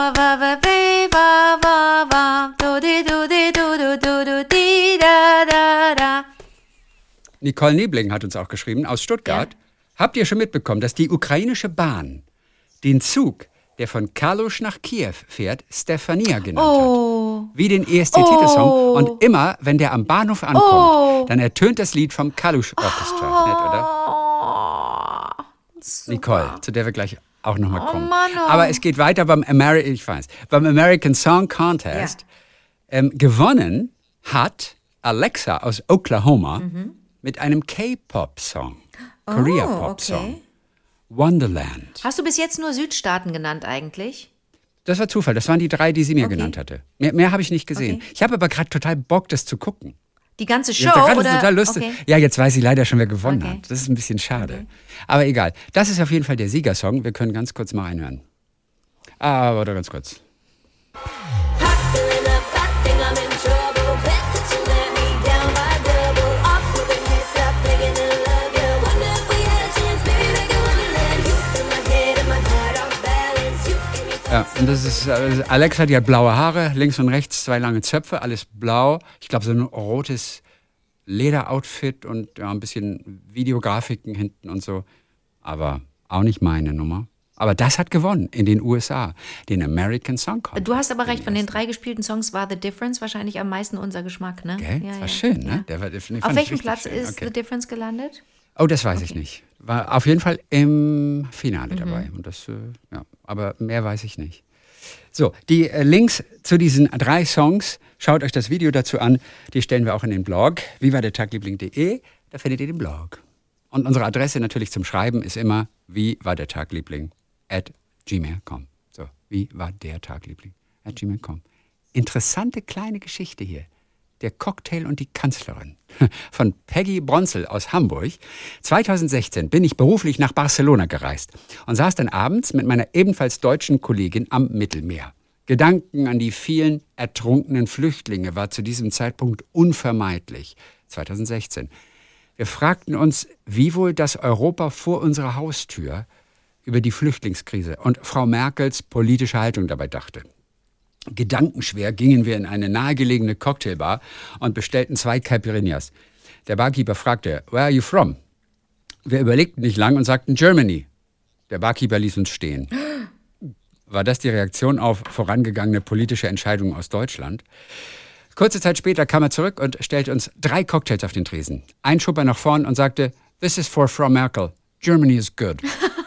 Nicole Niebling hat uns auch geschrieben aus Stuttgart. Ja. Habt ihr schon mitbekommen, dass die ukrainische Bahn den Zug, der von Kalusch nach Kiew fährt, Stefania genannt hat? Wie den ESC-Titelsong. Und immer, wenn der am Bahnhof ankommt, dann ertönt das Lied vom Kalusch Orchestra. Nett, oder? Nicole, zu der wir gleich auch nochmal kommen. Aber es geht weiter beim American Song Contest. Ja. Gewonnen hat Alexa aus Oklahoma mit einem K-Pop-Song. Korea-Pop-Song. Okay. Wonderland. Hast du bis jetzt nur Südstaaten genannt eigentlich? Das war Zufall. Das waren die 3, die sie mir genannt hatte. Mehr habe ich nicht gesehen. Okay. Ich habe aber gerade total Bock, das zu gucken. Die ganze Show, oder? Das ist total lustig. Okay. Ja, jetzt weiß ich leider schon, wer gewonnen hat. Das ist ein bisschen schade. Okay. Aber egal. Das ist auf jeden Fall der Siegersong. Wir können ganz kurz mal reinhören. Warte ganz kurz. Ja, und das ist Alexa, die hat blaue Haare, links und rechts 2 lange Zöpfe, alles blau. Ich glaube, so ein rotes Lederoutfit und ja, ein bisschen Videografiken hinten und so. Aber auch nicht meine Nummer. Aber das hat gewonnen in den USA, den American Song Contest. Du hast aber recht, von den 3 gespielten Songs war The Difference wahrscheinlich am meisten unser Geschmack, ne? Okay, das war schön, ne? Auf welchem Platz ist The Difference gelandet? Oh, das weiß ich nicht. War auf jeden Fall im Finale dabei. Und das, aber mehr weiß ich nicht. So, die Links zu diesen 3 Songs, schaut euch das Video dazu an. Die stellen wir auch in den Blog, wiewardertagliebling.de. Da findet ihr den Blog. Und unsere Adresse natürlich zum Schreiben ist immer wiewardertagliebling@gmail.com. So, wiewardertagliebling@gmail.com. Interessante kleine Geschichte hier. Der Cocktail und die Kanzlerin von Peggy Bronzel aus Hamburg. 2016 bin ich beruflich nach Barcelona gereist und saß dann abends mit meiner ebenfalls deutschen Kollegin am Mittelmeer. Gedanken an die vielen ertrunkenen Flüchtlinge war zu diesem Zeitpunkt unvermeidlich. 2016. Wir fragten uns, wie wohl das Europa vor unserer Haustür über die Flüchtlingskrise und Frau Merkels politische Haltung dabei dachte. Gedankenschwer gingen wir in eine nahegelegene Cocktailbar und bestellten 2 Caipirinhas. Der Barkeeper fragte, "Where are you from?" Wir überlegten nicht lang und sagten, "Germany." Der Barkeeper ließ uns stehen. War das die Reaktion auf vorangegangene politische Entscheidungen aus Deutschland? Kurze Zeit später kam er zurück und stellte uns 3 Cocktails auf den Tresen. Einen schob er nach vorn und sagte, "This is for Frau Merkel. Germany is good."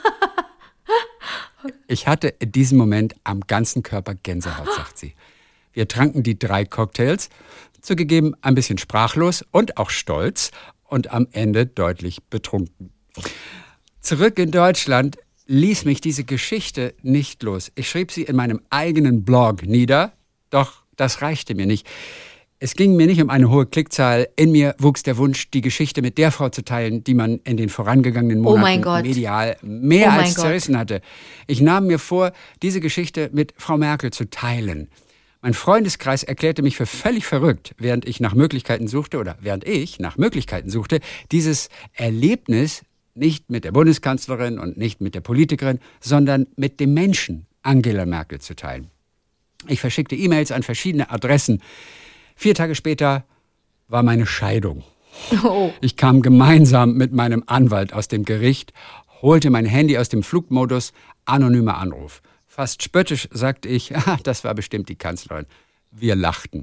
Ich hatte in diesem Moment am ganzen Körper Gänsehaut, sagt sie. Wir tranken die 3 Cocktails, zugegeben ein bisschen sprachlos und auch stolz und am Ende deutlich betrunken. Zurück in Deutschland ließ mich diese Geschichte nicht los. Ich schrieb sie in meinem eigenen Blog nieder, doch das reichte mir nicht. Es ging mir nicht um eine hohe Klickzahl. In mir wuchs der Wunsch, die Geschichte mit der Frau zu teilen, die man in den vorangegangenen Monaten medial mehr als zerrissen hatte. Ich nahm mir vor, diese Geschichte mit Frau Merkel zu teilen. Mein Freundeskreis erklärte mich für völlig verrückt, während ich nach Möglichkeiten suchte, dieses Erlebnis nicht mit der Bundeskanzlerin und nicht mit der Politikerin, sondern mit dem Menschen Angela Merkel zu teilen. Ich verschickte E-Mails an verschiedene Adressen. 4 Tage später war meine Scheidung. Oh. Ich kam gemeinsam mit meinem Anwalt aus dem Gericht, holte mein Handy aus dem Flugmodus, anonymer Anruf. Fast spöttisch sagte ich, das war bestimmt die Kanzlerin. Wir lachten.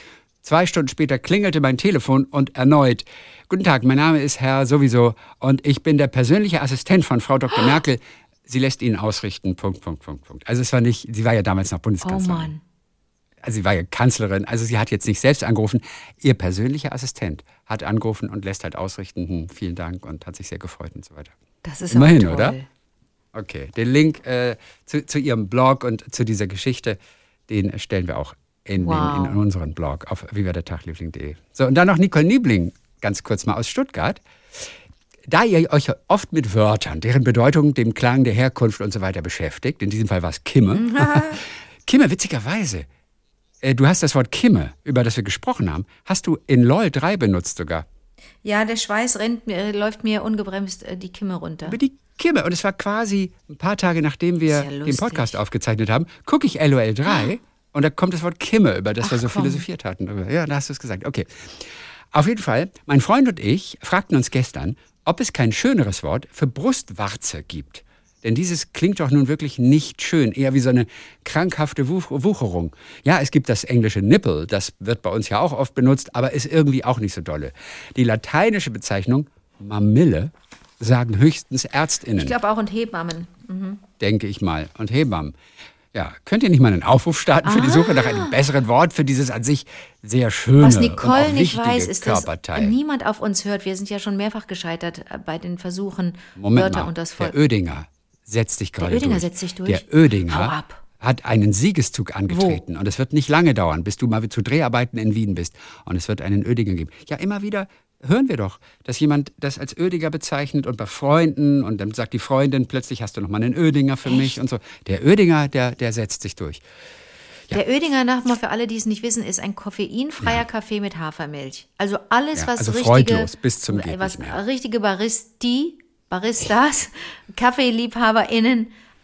2 Stunden später klingelte mein Telefon und erneut. Guten Tag, mein Name ist Herr sowieso und ich bin der persönliche Assistent von Frau Dr. Merkel. Sie lässt Ihnen ausrichten, ... Also es war nicht, sie war ja damals noch Bundeskanzlerin. Oh Mann. Also sie war ja Kanzlerin, also sie hat jetzt nicht selbst angerufen. Ihr persönlicher Assistent hat angerufen und lässt halt ausrichten, vielen Dank und hat sich sehr gefreut und so weiter. Das ist immerhin, toll. Oder? Okay, den Link zu ihrem Blog und zu dieser Geschichte, den stellen wir auch in unseren Blog auf wiewardertagliebling.de. So, und dann noch Nicole Niebling, ganz kurz mal aus Stuttgart. Da ihr euch oft mit Wörtern, deren Bedeutung, dem Klang der Herkunft und so weiter beschäftigt, in diesem Fall war es Kimme. Kimme, witzigerweise. Du hast das Wort Kimme, über das wir gesprochen haben, hast du in LOL 3 benutzt sogar. Ja, der Schweiß läuft mir ungebremst die Kimme runter. Über die Kimme. Und es war quasi ein paar Tage, nachdem wir den Podcast aufgezeichnet haben, gucke ich LOL 3 und da kommt das Wort Kimme, über das wir so philosophiert hatten. Ja, da hast du es gesagt. Okay. Auf jeden Fall, mein Freund und ich fragten uns gestern, ob es kein schöneres Wort für Brustwarze gibt. Denn dieses klingt doch nun wirklich nicht schön, eher wie so eine krankhafte Wucherung. Ja, es gibt das englische Nipple, das wird bei uns ja auch oft benutzt, aber ist irgendwie auch nicht so dolle. Die lateinische Bezeichnung Mamille sagen höchstens ÄrztInnen. Ich glaube auch und Hebammen. Mhm. Denke ich mal. Und Hebammen. Ja, könnt ihr nicht mal einen Aufruf starten für die Suche nach einem besseren Wort für dieses an sich sehr schöne Was Nicole und nicht weiß, ist, dass Körperteil. Niemand auf uns hört. Wir sind ja schon mehrfach gescheitert bei den Versuchen, Wörter und das Volk. Der Oedinger setzt sich gerade durch. Der Oedinger setzt sich durch? Der Oedinger hat einen Siegeszug angetreten. Und es wird nicht lange dauern, bis du mal zu Dreharbeiten in Wien bist. Und es wird einen Oedinger geben. Ja, immer wieder hören wir doch, dass jemand das als Oedinger bezeichnet und bei Freunden und dann sagt die Freundin, plötzlich hast du noch mal einen Oedinger für mich und so. Der Oedinger, der setzt sich durch. Ja. Der Oedinger, nochmal für alle, die es nicht wissen, ist ein koffeinfreier Kaffee mit Hafermilch. Also alles, was freudlos bis zum geht was richtige Baristas, Kaffeeliebhaberinnen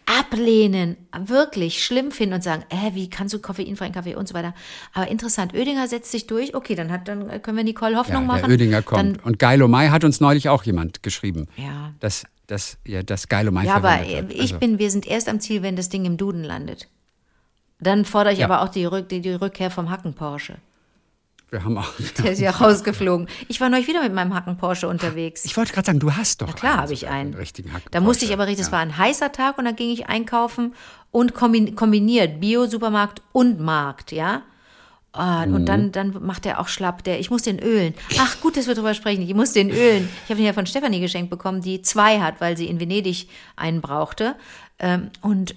ablehnen, wirklich schlimm finden und sagen, wie kannst du koffeinfreien Kaffee und so weiter. Aber interessant, Oedinger setzt sich durch. Okay, dann können wir Nicole Hoffnung machen. Der Oedinger kommt. Und Geilo Mai hat uns neulich auch jemand geschrieben. Ja. Das Geilo Mai verwendet hat. Also. Wir sind erst am Ziel, wenn das Ding im Duden landet. Dann fordere ich aber auch die Rückkehr vom Hacken-Porsche. Wir haben auch. Der ist ja rausgeflogen. Ich war neulich wieder mit meinem Hacken-Porsche unterwegs. Ich wollte gerade sagen, du hast doch. Na klar habe ich einen. Richtigen Hacken-Porsche. Da musste ich aber richtig, das war ein heißer Tag und da ging ich einkaufen und kombiniert Bio-Supermarkt und Markt, ja. Und dann macht er auch schlapp. Ich muss den ölen. Ach gut, dass wir drüber sprechen. Ich muss den ölen. Ich habe den ja von Stefanie geschenkt bekommen, die 2 hat, weil sie in Venedig einen brauchte. Und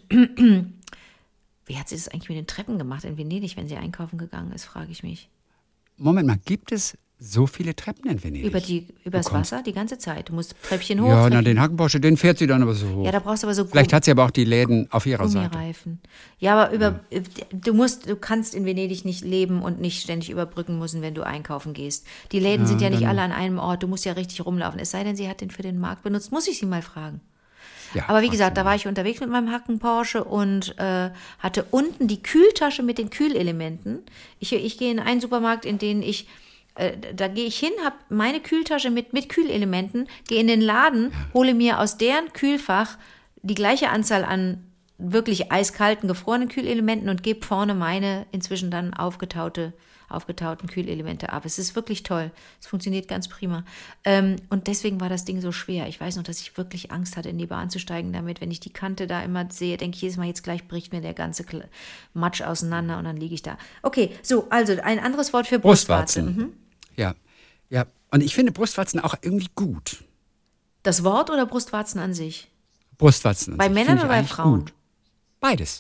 wie hat sie das eigentlich mit den Treppen gemacht in Venedig, wenn sie einkaufen gegangen ist, frage ich mich. Moment mal, gibt es so viele Treppen in Venedig? Übers Wasser die ganze Zeit. Du musst Treppchen hoch. Ja, den Hacken-Porsche, den fährt sie dann aber so hoch. Ja, da brauchst du aber so Vielleicht hat sie aber auch die Läden auf ihrer Gummireifen. Seite. Ja, aber du kannst in Venedig nicht leben und nicht ständig überbrücken müssen, wenn du einkaufen gehst. Die Läden sind ja nicht alle an einem Ort. Du musst ja richtig rumlaufen. Es sei denn, sie hat den für den Markt benutzt. Muss ich sie mal fragen. Ja, aber wie gesagt, da war ich unterwegs mit meinem Hacken-Porsche und hatte unten die Kühltasche mit den Kühlelementen. Ich gehe in einen Supermarkt, in den da gehe ich hin, habe meine Kühltasche mit Kühlelementen, gehe in den Laden, hole mir aus deren Kühlfach die gleiche Anzahl an wirklich eiskalten, gefrorenen Kühlelementen und gebe vorne meine inzwischen dann aufgetauten Kühlelemente ab. Es ist wirklich toll. Es funktioniert ganz prima. Und deswegen war das Ding so schwer. Ich weiß noch, dass ich wirklich Angst hatte, in die Bahn zu steigen damit. Wenn ich die Kante da immer sehe, denke ich jedes Mal, jetzt gleich bricht mir der ganze Matsch auseinander und dann liege ich da. Okay, so, also ein anderes Wort für Brustwarzen. Ja. Und ich finde Brustwarzen auch irgendwie gut. Das Wort oder Brustwarzen an sich? Brustwarzen an sich. Bei Männern oder bei Frauen? Gut. Beides.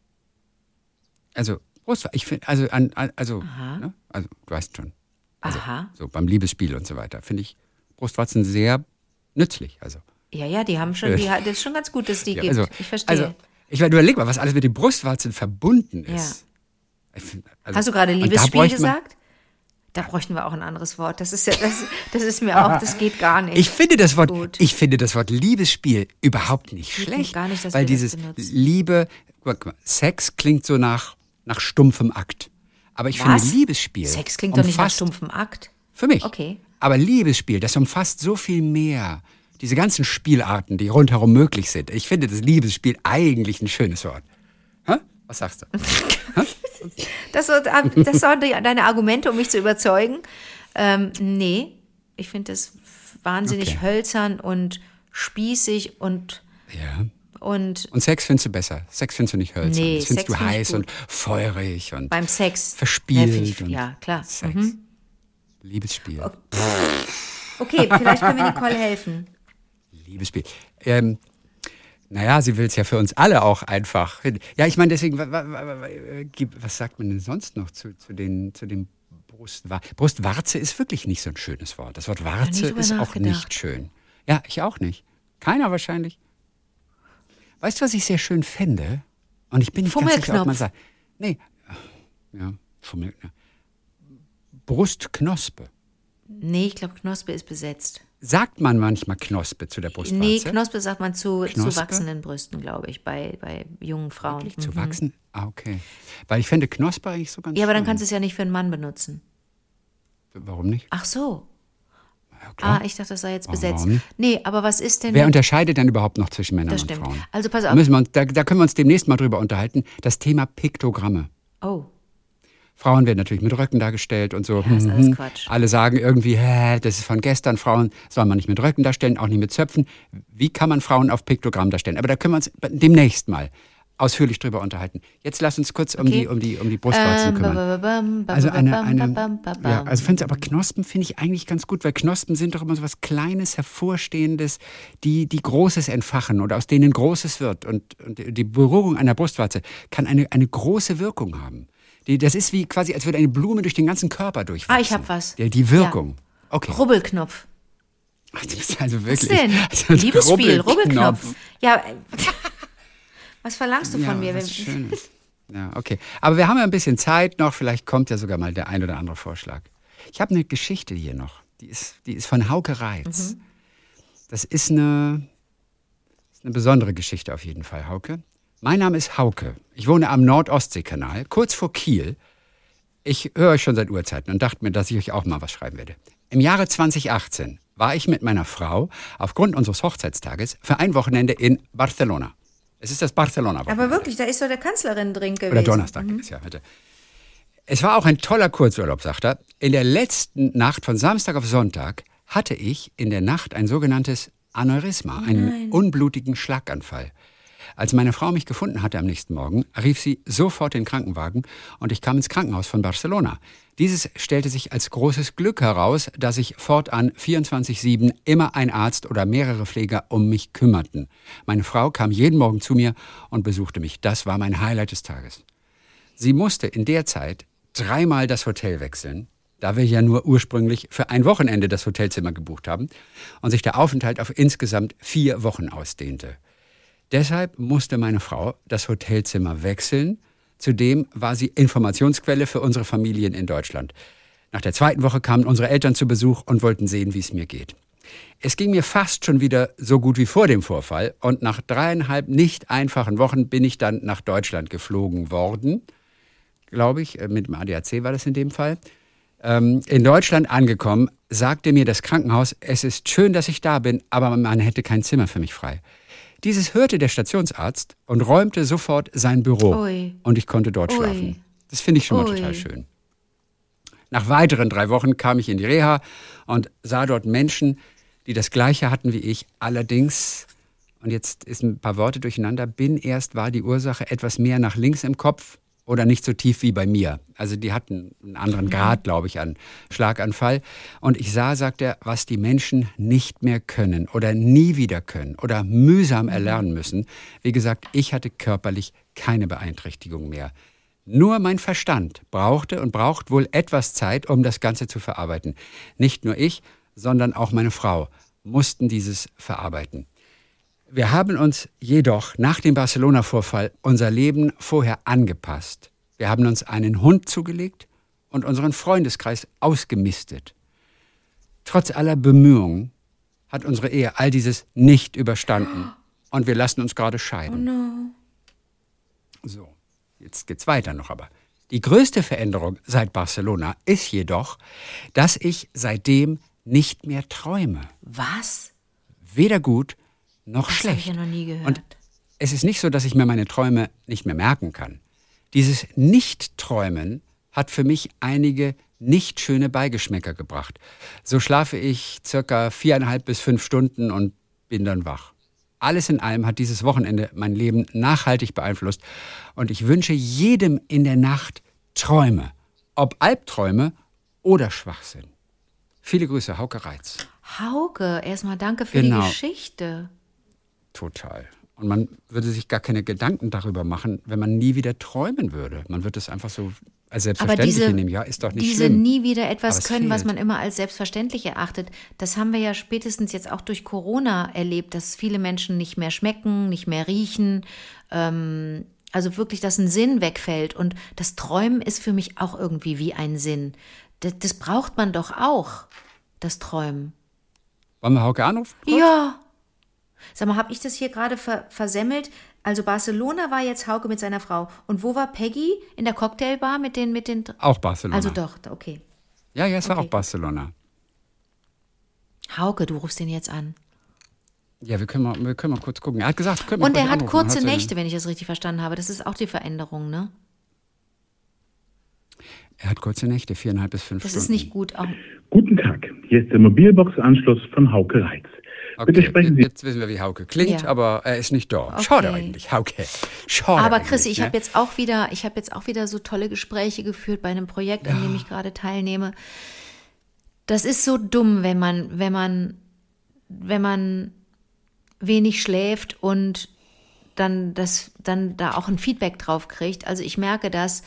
Also ich finde, also du weißt schon. Also, so beim Liebesspiel und so weiter finde ich Brustwarzen sehr nützlich. Also. Ja, die haben schon, das ist schon ganz gut, dass die gibt. Ich verstehe. Also, ich meine, überleg mal, was alles mit den Brustwarzen verbunden ist. Ja. Hast du gerade Liebesspiel gesagt? Da bräuchten wir auch ein anderes Wort. Das ist ja, das ist mir auch, das geht gar nicht. Ich finde das Wort Liebesspiel überhaupt nicht schlecht. Gar nicht, dass weil wir dieses Liebe, Sex klingt so nach stumpfem Akt. Aber ich finde Liebesspiel. Sex klingt doch nicht nach stumpfem Akt. Für mich. Okay. Aber Liebesspiel, das umfasst so viel mehr. Diese ganzen Spielarten, die rundherum möglich sind. Ich finde das Liebesspiel eigentlich ein schönes Wort. Was sagst du? Das waren deine Argumente, um mich zu überzeugen. Nee, ich finde das wahnsinnig hölzern und spießig und... Ja. Und Sex findest du besser. Sex findest du nicht hölzern. Nee, das findest du heiß und feurig und beim Sex verspielt. Ja, klar. Sex. Liebesspiel. Okay, vielleicht können wir Nicole helfen. Liebesspiel. Naja, sie will es ja für uns alle auch einfach. Ja, ich meine, deswegen, was sagt man denn sonst noch zu den Brustwarze? Brustwarze ist wirklich nicht so ein schönes Wort. Das Wort Warze ist auch nicht schön. Ja, ich auch nicht. Keiner wahrscheinlich. Weißt du, was ich sehr schön fände? Und ich bin nicht ganz sicher, ob man sagt. Nee. Ja, Brustknospe. Nee, ich glaube, Knospe ist besetzt. Sagt man manchmal Knospe zu der Brustwarze? Nee, Knospe sagt man zu wachsenden Brüsten, glaube ich, bei jungen Frauen. Wirklich? Zu wachsen? Ah, okay. Weil ich fände Knospe eigentlich so ganz schön. Ja, aber dann kannst du es ja nicht für einen Mann benutzen. Warum nicht? Ach so. Ja, klar. Ich dachte, das sei jetzt besetzt. Nee, aber was ist denn... Wer unterscheidet denn überhaupt noch zwischen Männern und Frauen? Also pass auf. Da können wir uns demnächst mal drüber unterhalten. Das Thema Piktogramme. Oh. Frauen werden natürlich mit Röcken dargestellt und so. Ja, ist alles Quatsch. Alle sagen irgendwie, das ist von gestern. Frauen soll man nicht mit Röcken darstellen, auch nicht mit Zöpfen. Wie kann man Frauen auf Piktogramm darstellen? Aber da können wir uns demnächst mal ausführlich drüber unterhalten. Jetzt lass uns kurz um die Brustwarzen kümmern. Also also finde aber Knospen finde ich eigentlich ganz gut, weil Knospen sind doch immer so was Kleines, Hervorstehendes, die Großes entfachen oder aus denen Großes wird. Und die Berührung einer Brustwarze kann eine große Wirkung haben. Das ist wie quasi, als würde eine Blume durch den ganzen Körper durchwachsen. Ich hab was. Die Wirkung. Ja. Okay. Rubbelknopf. Ach, du bist also wirklich... Was denn? Also Liebesspiel, Rubbelknopf. Ja, was verlangst du von mir? Was Schönes. Ja, okay. Aber wir haben ja ein bisschen Zeit noch. Vielleicht kommt ja sogar mal der ein oder andere Vorschlag. Ich habe eine Geschichte hier noch. Die ist von Hauke Reitz. Das ist eine ist eine besondere Geschichte auf jeden Fall, Hauke. Mein Name ist Hauke. Ich wohne am Nord-Ostsee-Kanal, kurz vor Kiel. Ich höre euch schon seit Urzeiten und dachte mir, dass ich euch auch mal was schreiben werde. Im Jahre 2018 war ich mit meiner Frau aufgrund unseres Hochzeitstages für ein Wochenende in Barcelona. Es ist das Barcelona-Wochenende. Aber wirklich, da ist doch der Kanzlerin drin gewesen. Oder Donnerstag, ja, heute. Es war auch ein toller Kurzurlaub, sagt er. In der letzten Nacht von Samstag auf Sonntag hatte ich in der Nacht ein sogenanntes Aneurysma, einen unblutigen Schlaganfall. Als meine Frau mich gefunden hatte am nächsten Morgen, rief sie sofort den Krankenwagen und ich kam ins Krankenhaus von Barcelona. Dieses stellte sich als großes Glück heraus, dass sich fortan 24/7 immer ein Arzt oder mehrere Pfleger um mich kümmerten. Meine Frau kam jeden Morgen zu mir und besuchte mich. Das war mein Highlight des Tages. Sie musste in der Zeit 3-mal das Hotel wechseln, da wir ja nur ursprünglich für ein Wochenende das Hotelzimmer gebucht haben und sich der Aufenthalt auf insgesamt 4 Wochen ausdehnte. Deshalb musste meine Frau das Hotelzimmer wechseln. Zudem war sie Informationsquelle für unsere Familien in Deutschland. Nach der 2. Woche kamen unsere Eltern zu Besuch und wollten sehen, wie es mir geht. Es ging mir fast schon wieder so gut wie vor dem Vorfall und nach 3,5 nicht einfachen Wochen bin ich dann nach Deutschland geflogen worden. Glaube ich, mit dem ADAC war das in dem Fall. In Deutschland angekommen, sagte mir das Krankenhaus, es ist schön, dass ich da bin, aber man hätte kein Zimmer für mich frei. Dieses hörte der Stationsarzt und räumte sofort sein Büro. Ui. Und ich konnte dort schlafen. Das finde ich schon mal total schön. Nach weiteren 3 Wochen kam ich in die Reha und sah dort Menschen, die das Gleiche hatten wie ich. Allerdings, und jetzt ist ein paar Worte durcheinander, war die Ursache etwas mehr nach links im Kopf oder nicht so tief wie bei mir. Also die hatten einen anderen Grad, glaube ich, an Schlaganfall. Und ich sah, sagt er, was die Menschen nicht mehr können oder nie wieder können oder mühsam erlernen müssen. Wie gesagt, ich hatte körperlich keine Beeinträchtigung mehr. Nur mein Verstand brauchte und braucht wohl etwas Zeit, um das Ganze zu verarbeiten. Nicht nur ich, sondern auch meine Frau mussten dieses verarbeiten. Wir haben uns jedoch nach dem Barcelona-Vorfall unser Leben vorher angepasst. Wir haben uns einen Hund zugelegt und unseren Freundeskreis ausgemistet. Trotz aller Bemühungen hat unsere Ehe all dieses nicht überstanden und wir lassen uns gerade scheiden. Oh no. So, jetzt geht's weiter noch aber. Die größte Veränderung seit Barcelona ist jedoch, dass ich seitdem nicht mehr träume. Was? Weder gut noch schlecht. Das habe ich ja noch nie gehört. Und es ist nicht so, dass ich mir meine Träume nicht mehr merken kann. Dieses Nicht-Träumen hat für mich einige nicht schöne Beigeschmäcker gebracht. So schlafe ich circa 4,5 bis 5 Stunden und bin dann wach. Alles in allem hat dieses Wochenende mein Leben nachhaltig beeinflusst und ich wünsche jedem in der Nacht Träume, ob Albträume oder Schwachsinn. Viele Grüße, Hauke Reitz. Hauke, erstmal danke für die Geschichte. Total. Und man würde sich gar keine Gedanken darüber machen, wenn man nie wieder träumen würde. Man würde es einfach so als selbstverständlich hinnehmen. Ja, ist doch nicht schlimm. Diese nie wieder etwas können, was man immer als selbstverständlich erachtet, das haben wir ja spätestens jetzt auch durch Corona erlebt, dass viele Menschen nicht mehr schmecken, nicht mehr riechen, also wirklich, dass ein Sinn wegfällt. Und das Träumen ist für mich auch irgendwie wie ein Sinn. Das braucht man doch auch, das Träumen. Wollen wir Hauke anrufen? Ja. Sag mal, habe ich das hier gerade versemmelt? Also Barcelona war jetzt Hauke mit seiner Frau. Und wo war Peggy? In der Cocktailbar mit den... Auch Barcelona. Also doch, okay. Ja, es war auch Barcelona. Hauke, du rufst ihn jetzt an. Ja, wir können mal kurz gucken. Er hat gesagt, und er hat kurze Nächte, wenn ich das richtig verstanden habe. Das ist auch die Veränderung, ne? Er hat kurze Nächte, 4,5 bis 5 Stunden. Das ist nicht gut. Auch. Guten Tag, hier ist der Mobilbox-Anschluss von Hauke Reitz. Okay, bitte sprechen Sie. Jetzt wissen wir, wie Hauke klingt, aber er ist nicht da. Okay. Schade eigentlich, Hauke. Schade aber Chrissy, ich habe jetzt auch wieder so tolle Gespräche geführt bei einem Projekt, an dem ich gerade teilnehme. Das ist so dumm, wenn man wenig schläft und dann da auch ein Feedback drauf kriegt. Also ich merke, dass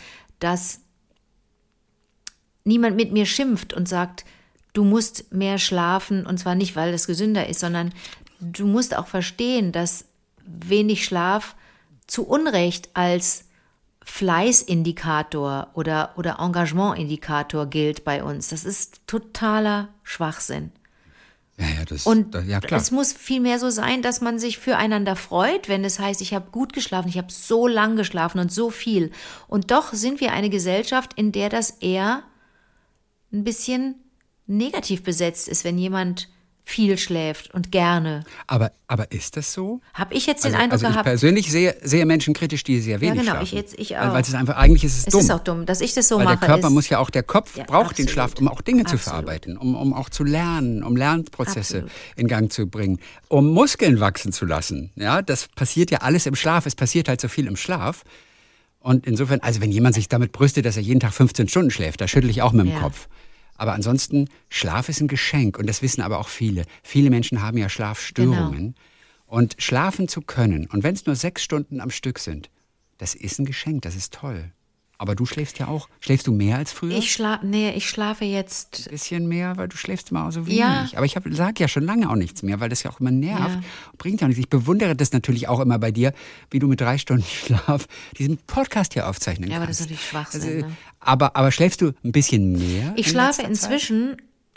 niemand mit mir schimpft und sagt, du musst mehr schlafen, und zwar nicht, weil das gesünder ist, sondern du musst auch verstehen, dass wenig Schlaf zu Unrecht als Fleißindikator oder Engagementindikator gilt bei uns. Das ist totaler Schwachsinn. klar. Es muss vielmehr so sein, dass man sich füreinander freut, wenn es heißt, ich habe gut geschlafen, ich habe so lang geschlafen und so viel. Und doch sind wir eine Gesellschaft, in der das eher ein bisschen negativ besetzt ist, wenn jemand viel schläft und gerne. Aber ist das so? Habe ich jetzt den Eindruck gehabt. Ich persönlich sehe Menschen kritisch, die sehr wenig schlafen. Ich auch. Weil es einfach, eigentlich ist es dumm. Es ist auch dumm, dass ich das so weil mache. Der Körper muss ja auch, der Kopf braucht absolut. Den Schlaf, um auch Dinge zu verarbeiten, um auch zu lernen, um Lernprozesse in Gang zu bringen, um Muskeln wachsen zu lassen. Ja, das passiert ja alles im Schlaf. Es passiert halt so viel im Schlaf. Und insofern, also wenn jemand sich damit brüstet, dass er jeden Tag 15 Stunden schläft, da schüttle ich auch mit dem Kopf. Aber ansonsten, Schlaf ist ein Geschenk und das wissen aber auch viele. Viele Menschen haben ja Schlafstörungen. Genau. Und schlafen zu können, und wenn es nur 6 Stunden am Stück sind, das ist ein Geschenk, das ist toll. Aber du schläfst ja auch. Schläfst du mehr als früher? Ich schlafe jetzt... Ein bisschen mehr, weil du schläfst immer so wenig. Ja. Aber ich sage ja schon lange auch nichts mehr, weil das ja auch immer nervt. Ja. Bringt ja auch nichts. Ich bewundere das natürlich auch immer bei dir, wie du mit 3 Stunden Schlaf diesen Podcast hier aufzeichnen kannst. Ja, aber das ist natürlich Schwachsinn. Also, aber schläfst du ein bisschen mehr? Ich schlafe inzwischen...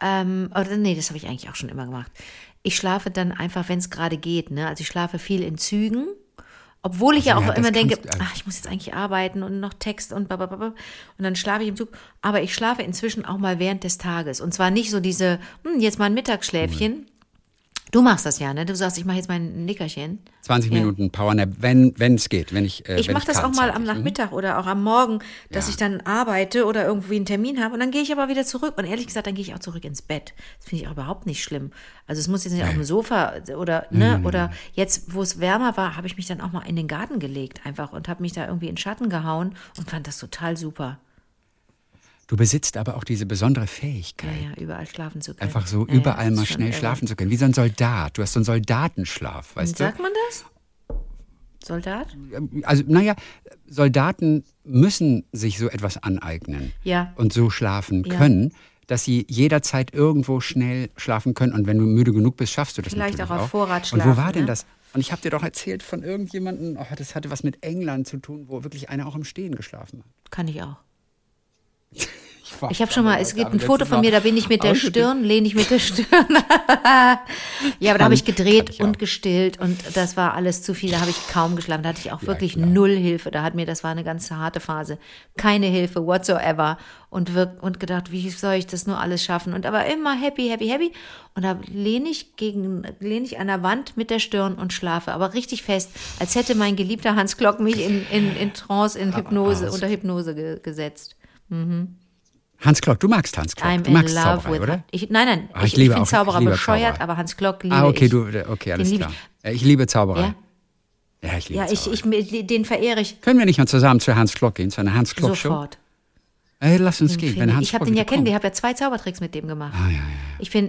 das habe ich eigentlich auch schon immer gemacht. Ich schlafe dann einfach, wenn es gerade geht. Ne? Also ich schlafe viel in Zügen. Obwohl ich ja auch immer denke, ich muss jetzt eigentlich arbeiten und noch Text und blablabla. Und dann schlafe ich im Zug. Aber ich schlafe inzwischen auch mal während des Tages. Und zwar nicht so diese, jetzt mal ein Mittagsschläfchen. Du machst das ja, ne? Du sagst, ich mache jetzt mein Nickerchen. 20 Minuten Powernap, wenn es geht. Ich mache das auch mal am Nachmittag oder auch am Morgen, dass ich dann arbeite oder irgendwie einen Termin habe. Und dann gehe ich aber wieder zurück. Und ehrlich gesagt, dann gehe ich auch zurück ins Bett. Das finde ich auch überhaupt nicht schlimm. Also es muss jetzt nicht auf dem Sofa oder, oder jetzt, wo es wärmer war, habe ich mich dann auch mal in den Garten gelegt einfach und habe mich da irgendwie in den Schatten gehauen und fand das total super. Du besitzt aber auch diese besondere Fähigkeit. Ja, überall schlafen zu können. Einfach so überall mal schnell schlafen zu können. Wie so ein Soldat. Du hast so einen Soldatenschlaf, weißt du? Sagt man das? Soldat? Also, Soldaten müssen sich so etwas aneignen. Ja. Und so schlafen können, dass sie jederzeit irgendwo schnell schlafen können. Und wenn du müde genug bist, schaffst du das natürlich auch. Vielleicht auch auf Vorrat schlafen. Und wo war denn das? Und ich habe dir doch erzählt von irgendjemandem, das hatte was mit England zu tun, wo wirklich einer auch im Stehen geschlafen hat. Kann ich auch. Ich habe schon mal, es gibt ein Foto von mir, da bin ich mit der Stirn, lehne ich mit der Stirn. Ja, aber da habe ich gedreht und gestillt und das war alles zu viel, da habe ich kaum geschlafen, da hatte ich auch wirklich null Hilfe, das war eine ganz harte Phase, keine Hilfe whatsoever und gedacht, wie soll ich das nur alles schaffen und aber immer happy und da lehne ich an der Wand mit der Stirn und schlafe, aber richtig fest, als hätte mein geliebter Hans Klock mich in Trance, unter Hypnose gesetzt. Mhm. Hans Klock, du magst Hans Klock. Du magst Zauberei, oder? Nein, ich finde Zauberer bescheuert, aber Hans Klock liebe ich. Okay, alles klar. Ich liebe Zauberei. Ja, ich liebe Zauberei. Den verehre ich. Können wir nicht mal zusammen zu Hans Klock gehen, zu einer Hans Klock-Show? Sofort. Lass uns gehen. Ich habe den ja kennengelernt, ich habe ja 2 Zaubertricks mit dem gemacht. Ja. Ich finde,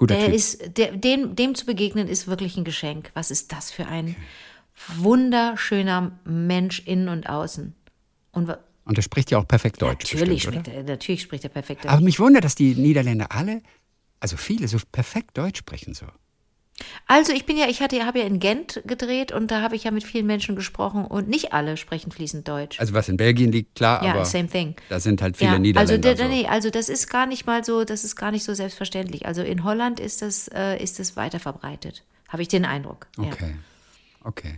dem zu begegnen ist wirklich ein Geschenk. Was ist das für ein wunderschöner Mensch innen und außen. Und er spricht ja auch perfekt Deutsch. Natürlich spricht er perfekt Deutsch. Aber mich wundert, dass die Niederländer alle, also viele, so perfekt Deutsch sprechen so. Also habe ja in Gent gedreht und da habe ich ja mit vielen Menschen gesprochen und nicht alle sprechen fließend Deutsch. Also was in Belgien liegt, klar, aber same thing. Da sind halt viele Niederländer. Also das ist gar nicht mal so, das ist gar nicht so selbstverständlich. Also in Holland ist das weiter verbreitet, habe ich den Eindruck. Okay.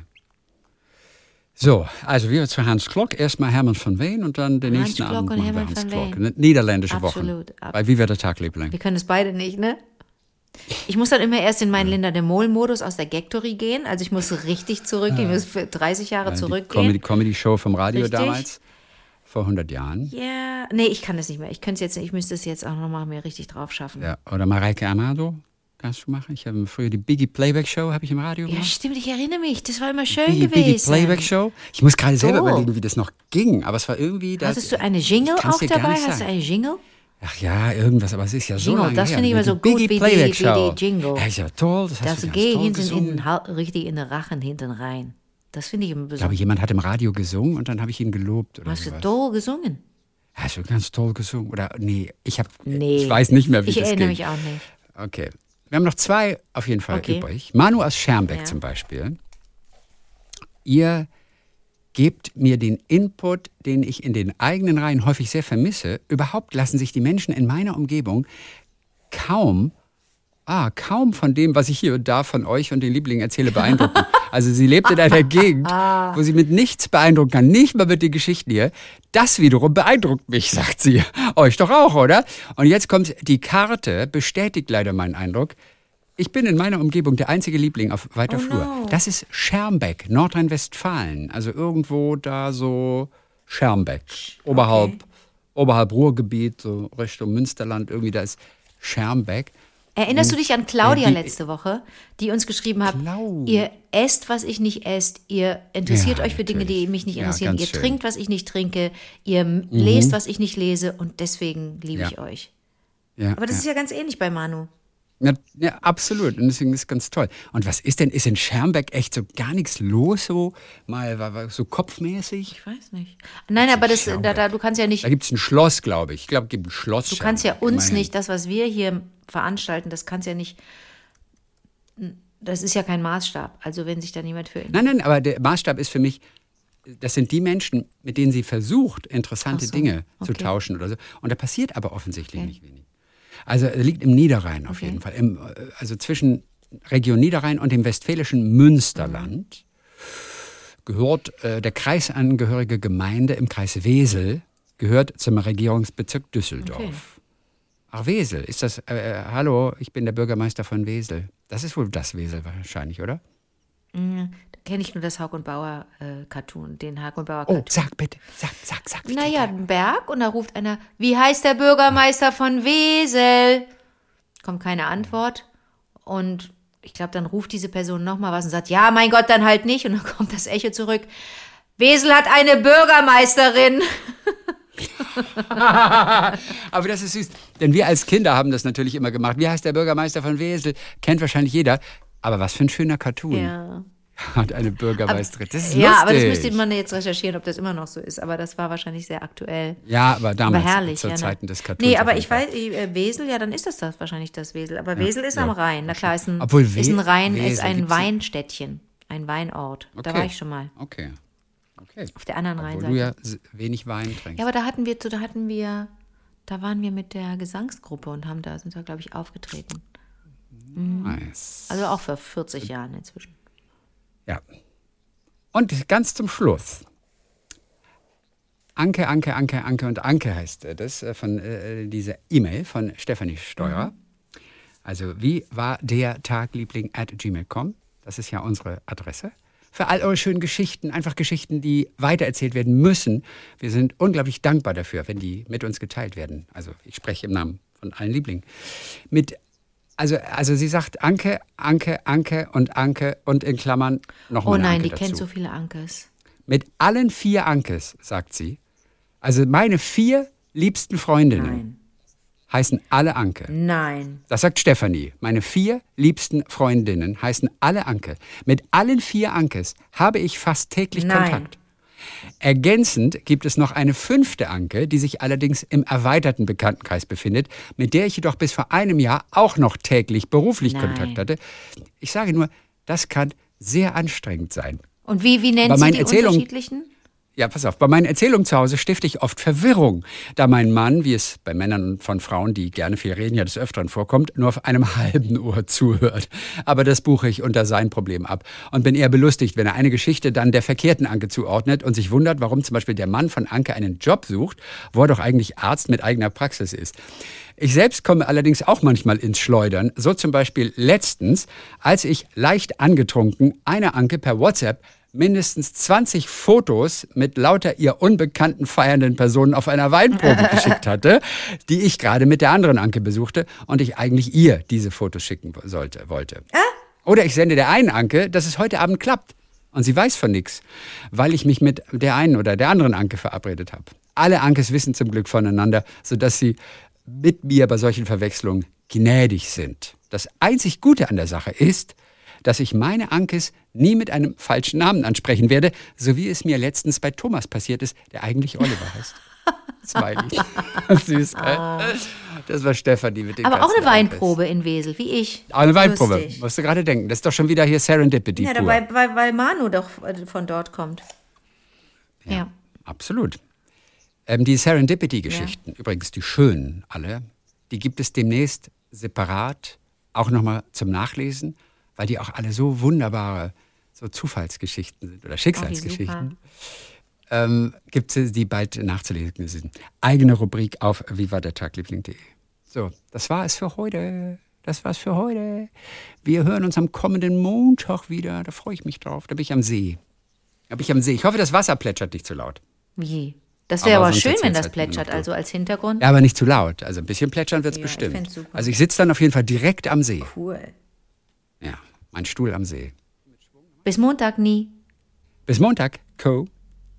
So, also wir zu Hans Klock. Erstmal Hermann van Veen und dann den nächsten Abend machen wir Hans Klock. Niederländische Wochen. Bei Wie wird der Tag, Liebling? Wir können es beide nicht, ne? Ich muss dann immer erst in meinen Linda de Mol-Modus aus der Gagtory gehen. Also ich muss richtig zurückgehen. Ich muss für 30 Jahre zurückgehen. Die Comedy-Show vom Radio damals. Vor 100 Jahren. Ja, nee, ich kann das nicht mehr. Ich müsste es jetzt auch nochmal mehr richtig drauf schaffen. Ja, oder Mareike Amado. Kannst du machen? Ich habe früher die Biggie Playback Show im Radio gemacht. Ja, stimmt, ich erinnere mich. Das war immer schön gewesen. Biggie Playback Show. Ich muss gerade selber überlegen, wie das noch ging. Aber es war irgendwie... Hattest du eine Jingle auch dabei? Hast du eine Jingle? Ach ja, irgendwas. Aber es ist ja so lange das finde ich immer so gut wie die Jingle. Ja, ist ja toll. Das geht richtig in den Rachen hinten rein. Das finde ich immer besonders. Ich glaube, jemand hat im Radio gesungen und dann habe ich ihn gelobt. Oder hast du toll gesungen? Hast du ganz toll gesungen? Oder ich weiß nicht mehr, wie das ging. Ich erinnere mich auch nicht. Okay. Wir haben noch 2 auf jeden Fall übrig. Manu aus Schermbeck zum Beispiel. Ihr gebt mir den Input, den ich in den eigenen Reihen häufig sehr vermisse. Überhaupt lassen sich die Menschen in meiner Umgebung kaum kaum von dem, was ich hier und da von euch und den Lieblingen erzähle, beeindrucken. Also sie lebt in einer Gegend, wo sie mit nichts beeindrucken kann, nicht mal mit den Geschichten hier. Das wiederum beeindruckt mich, sagt sie. Euch doch auch, oder? Und jetzt kommt die Karte, bestätigt leider meinen Eindruck. Ich bin in meiner Umgebung der einzige Liebling auf weiter Flur. No. Das ist Schermbeck, Nordrhein-Westfalen. Also irgendwo da so Schermbeck, oberhalb Ruhrgebiet, so Richtung Münsterland, irgendwie da ist Schermbeck. Erinnerst du dich an Claudia letzte Woche, die uns geschrieben hat, ihr esst, was ich nicht esst, ihr interessiert euch für Dinge, die mich nicht interessieren, ihr trinkt, was ich nicht trinke, ihr lest, was ich nicht lese und deswegen liebe ich euch. Ja, aber das ist ja ganz ähnlich bei Manu. Ja, absolut. Und deswegen ist es ganz toll. Und was ist denn, ist in Schermbeck echt so gar nichts los, so mal so kopfmäßig? Ich weiß nicht. Nein, aber du kannst ja nicht. Da gibt es ein Schloss, glaube ich. Ich glaube, es gibt ein Schloss. Du kannst ja uns nicht, das, was wir hier veranstalten, das kannst ja nicht. Das ist ja kein Maßstab. Also wenn sich da niemand für. Nein, aber der Maßstab ist für mich, das sind die Menschen, mit denen sie versucht, interessante Dinge zu tauschen oder so. Und da passiert aber offensichtlich nicht wenig. Also er liegt im Niederrhein auf jeden Fall. Also zwischen Region Niederrhein und dem westfälischen Münsterland gehört der kreisangehörige Gemeinde im Kreis Wesel, gehört zum Regierungsbezirk Düsseldorf. Okay. Ach, Wesel, ist das, hallo, ich bin der Bürgermeister von Wesel. Das ist wohl das Wesel wahrscheinlich, oder? Da kenne ich nur das Haug und Bauer Cartoon, den Haug und Bauer Cartoon. Oh, sag bitte, sag. Naja, ein Berg und da ruft einer, wie heißt der Bürgermeister von Wesel? Kommt keine Antwort und ich glaube, dann ruft diese Person nochmal was und sagt, ja, mein Gott, dann halt nicht. Und dann kommt das Echo zurück, Wesel hat eine Bürgermeisterin. Aber das ist süß, denn wir als Kinder haben das natürlich immer gemacht. Wie heißt der Bürgermeister von Wesel? Kennt wahrscheinlich jeder. Aber was für ein schöner Cartoon. Ja. Hat eine Bürgermeisterin. Das ist lustig. Ja, aber das müsste man jetzt recherchieren, ob das immer noch so ist. Aber das war wahrscheinlich sehr aktuell. Ja, aber damals, herrlich, zur Zeiten des Cartoons. Nee, aber ich weiß, Wesel, ja, dann ist das wahrscheinlich das Wesel. Aber Wesel ist am Rhein. Na klar, ist ein Rhein, ist ein Weinstädtchen, ein Weinort. Okay. Da war ich schon mal. Okay. Auf der anderen Rheinseite. Wo du ja wenig Wein trinkst. Ja, aber da waren wir mit der Gesangsgruppe und sind da, glaube ich, aufgetreten. Nice. Also auch vor 40 Jahren inzwischen. Ja. Und ganz zum Schluss. Anke und Anke heißt das von dieser E-Mail von Stefanie Steurer. Also wie war der Tagliebling@gmail.com? Das ist ja unsere Adresse. Für all eure schönen Geschichten, einfach Geschichten, die weitererzählt werden müssen. Wir sind unglaublich dankbar dafür, wenn die mit uns geteilt werden. Also ich spreche im Namen von allen Lieblingen. Also sie sagt Anke und in Klammern nochmal eine Anke dazu. Oh nein, die kennt so viele Ankes. Mit allen 4 Ankes, sagt sie. Also meine 4 liebsten Freundinnen heißen alle Anke. Nein. Das sagt Stefanie. Meine 4 liebsten Freundinnen heißen alle Anke. Mit allen 4 Ankes habe ich fast täglich Kontakt. Ergänzend gibt es noch eine 5. Anke, die sich allerdings im erweiterten Bekanntenkreis befindet, mit der ich jedoch bis vor einem Jahr auch noch täglich beruflich Kontakt hatte. Ich sage nur, das kann sehr anstrengend sein. Und wie nennt sie die unterschiedlichen? Ja, pass auf, bei meinen Erzählungen zu Hause stifte ich oft Verwirrung, da mein Mann, wie es bei Männern und von Frauen, die gerne viel reden, ja des Öfteren vorkommt, nur auf einem halben Ohr zuhört. Aber das buche ich unter sein Problem ab und bin eher belustigt, wenn er eine Geschichte dann der verkehrten Anke zuordnet und sich wundert, warum zum Beispiel der Mann von Anke einen Job sucht, wo er doch eigentlich Arzt mit eigener Praxis ist. Ich selbst komme allerdings auch manchmal ins Schleudern, so zum Beispiel letztens, als ich leicht angetrunken einer Anke per WhatsApp mindestens 20 Fotos mit lauter ihr unbekannten feiernden Personen auf einer Weinprobe geschickt hatte, die ich gerade mit der anderen Anke besuchte und ich eigentlich ihr diese Fotos schicken wollte. Oder ich sende der einen Anke, dass es heute Abend klappt. Und sie weiß von nichts, weil ich mich mit der einen oder der anderen Anke verabredet habe. Alle Ankes wissen zum Glück voneinander, sodass sie mit mir bei solchen Verwechslungen gnädig sind. Das einzig Gute an der Sache ist, dass ich meine Ankes nie mit einem falschen Namen ansprechen werde, so wie es mir letztens bei Thomas passiert ist, der eigentlich Oliver heißt. Smiley. Süß, Das war Stefanie mit den Aber auch eine Weinprobe in Wesel, wie ich. Auch eine Weinprobe, lustig. Musst du gerade denken. Das ist doch schon wieder hier Serendipity. Ja, weil Manu doch von dort kommt. Ja. Absolut. Die Serendipity-Geschichten, übrigens die schönen alle, die gibt es demnächst separat auch nochmal zum Nachlesen, weil die auch alle so wunderbare so Zufallsgeschichten sind oder Schicksalsgeschichten. Gibt es die bald nachzulesen sind. Eigene Rubrik auf vivadertagliebling.de. So, das war es für heute. Wir hören uns am kommenden Montag wieder. Da freue ich mich drauf. Da bin ich am See. Ich hoffe, das Wasser plätschert nicht zu laut. Wie? Das wäre aber schön, wenn das plätschert, also als Hintergrund. Ja, aber nicht zu laut. Also ein bisschen plätschern wird es bestimmt. Super. Also ich sitze dann auf jeden Fall direkt am See. Cool. Ja, mein Stuhl am See. Bis Montag, Nie. Bis Montag, Co.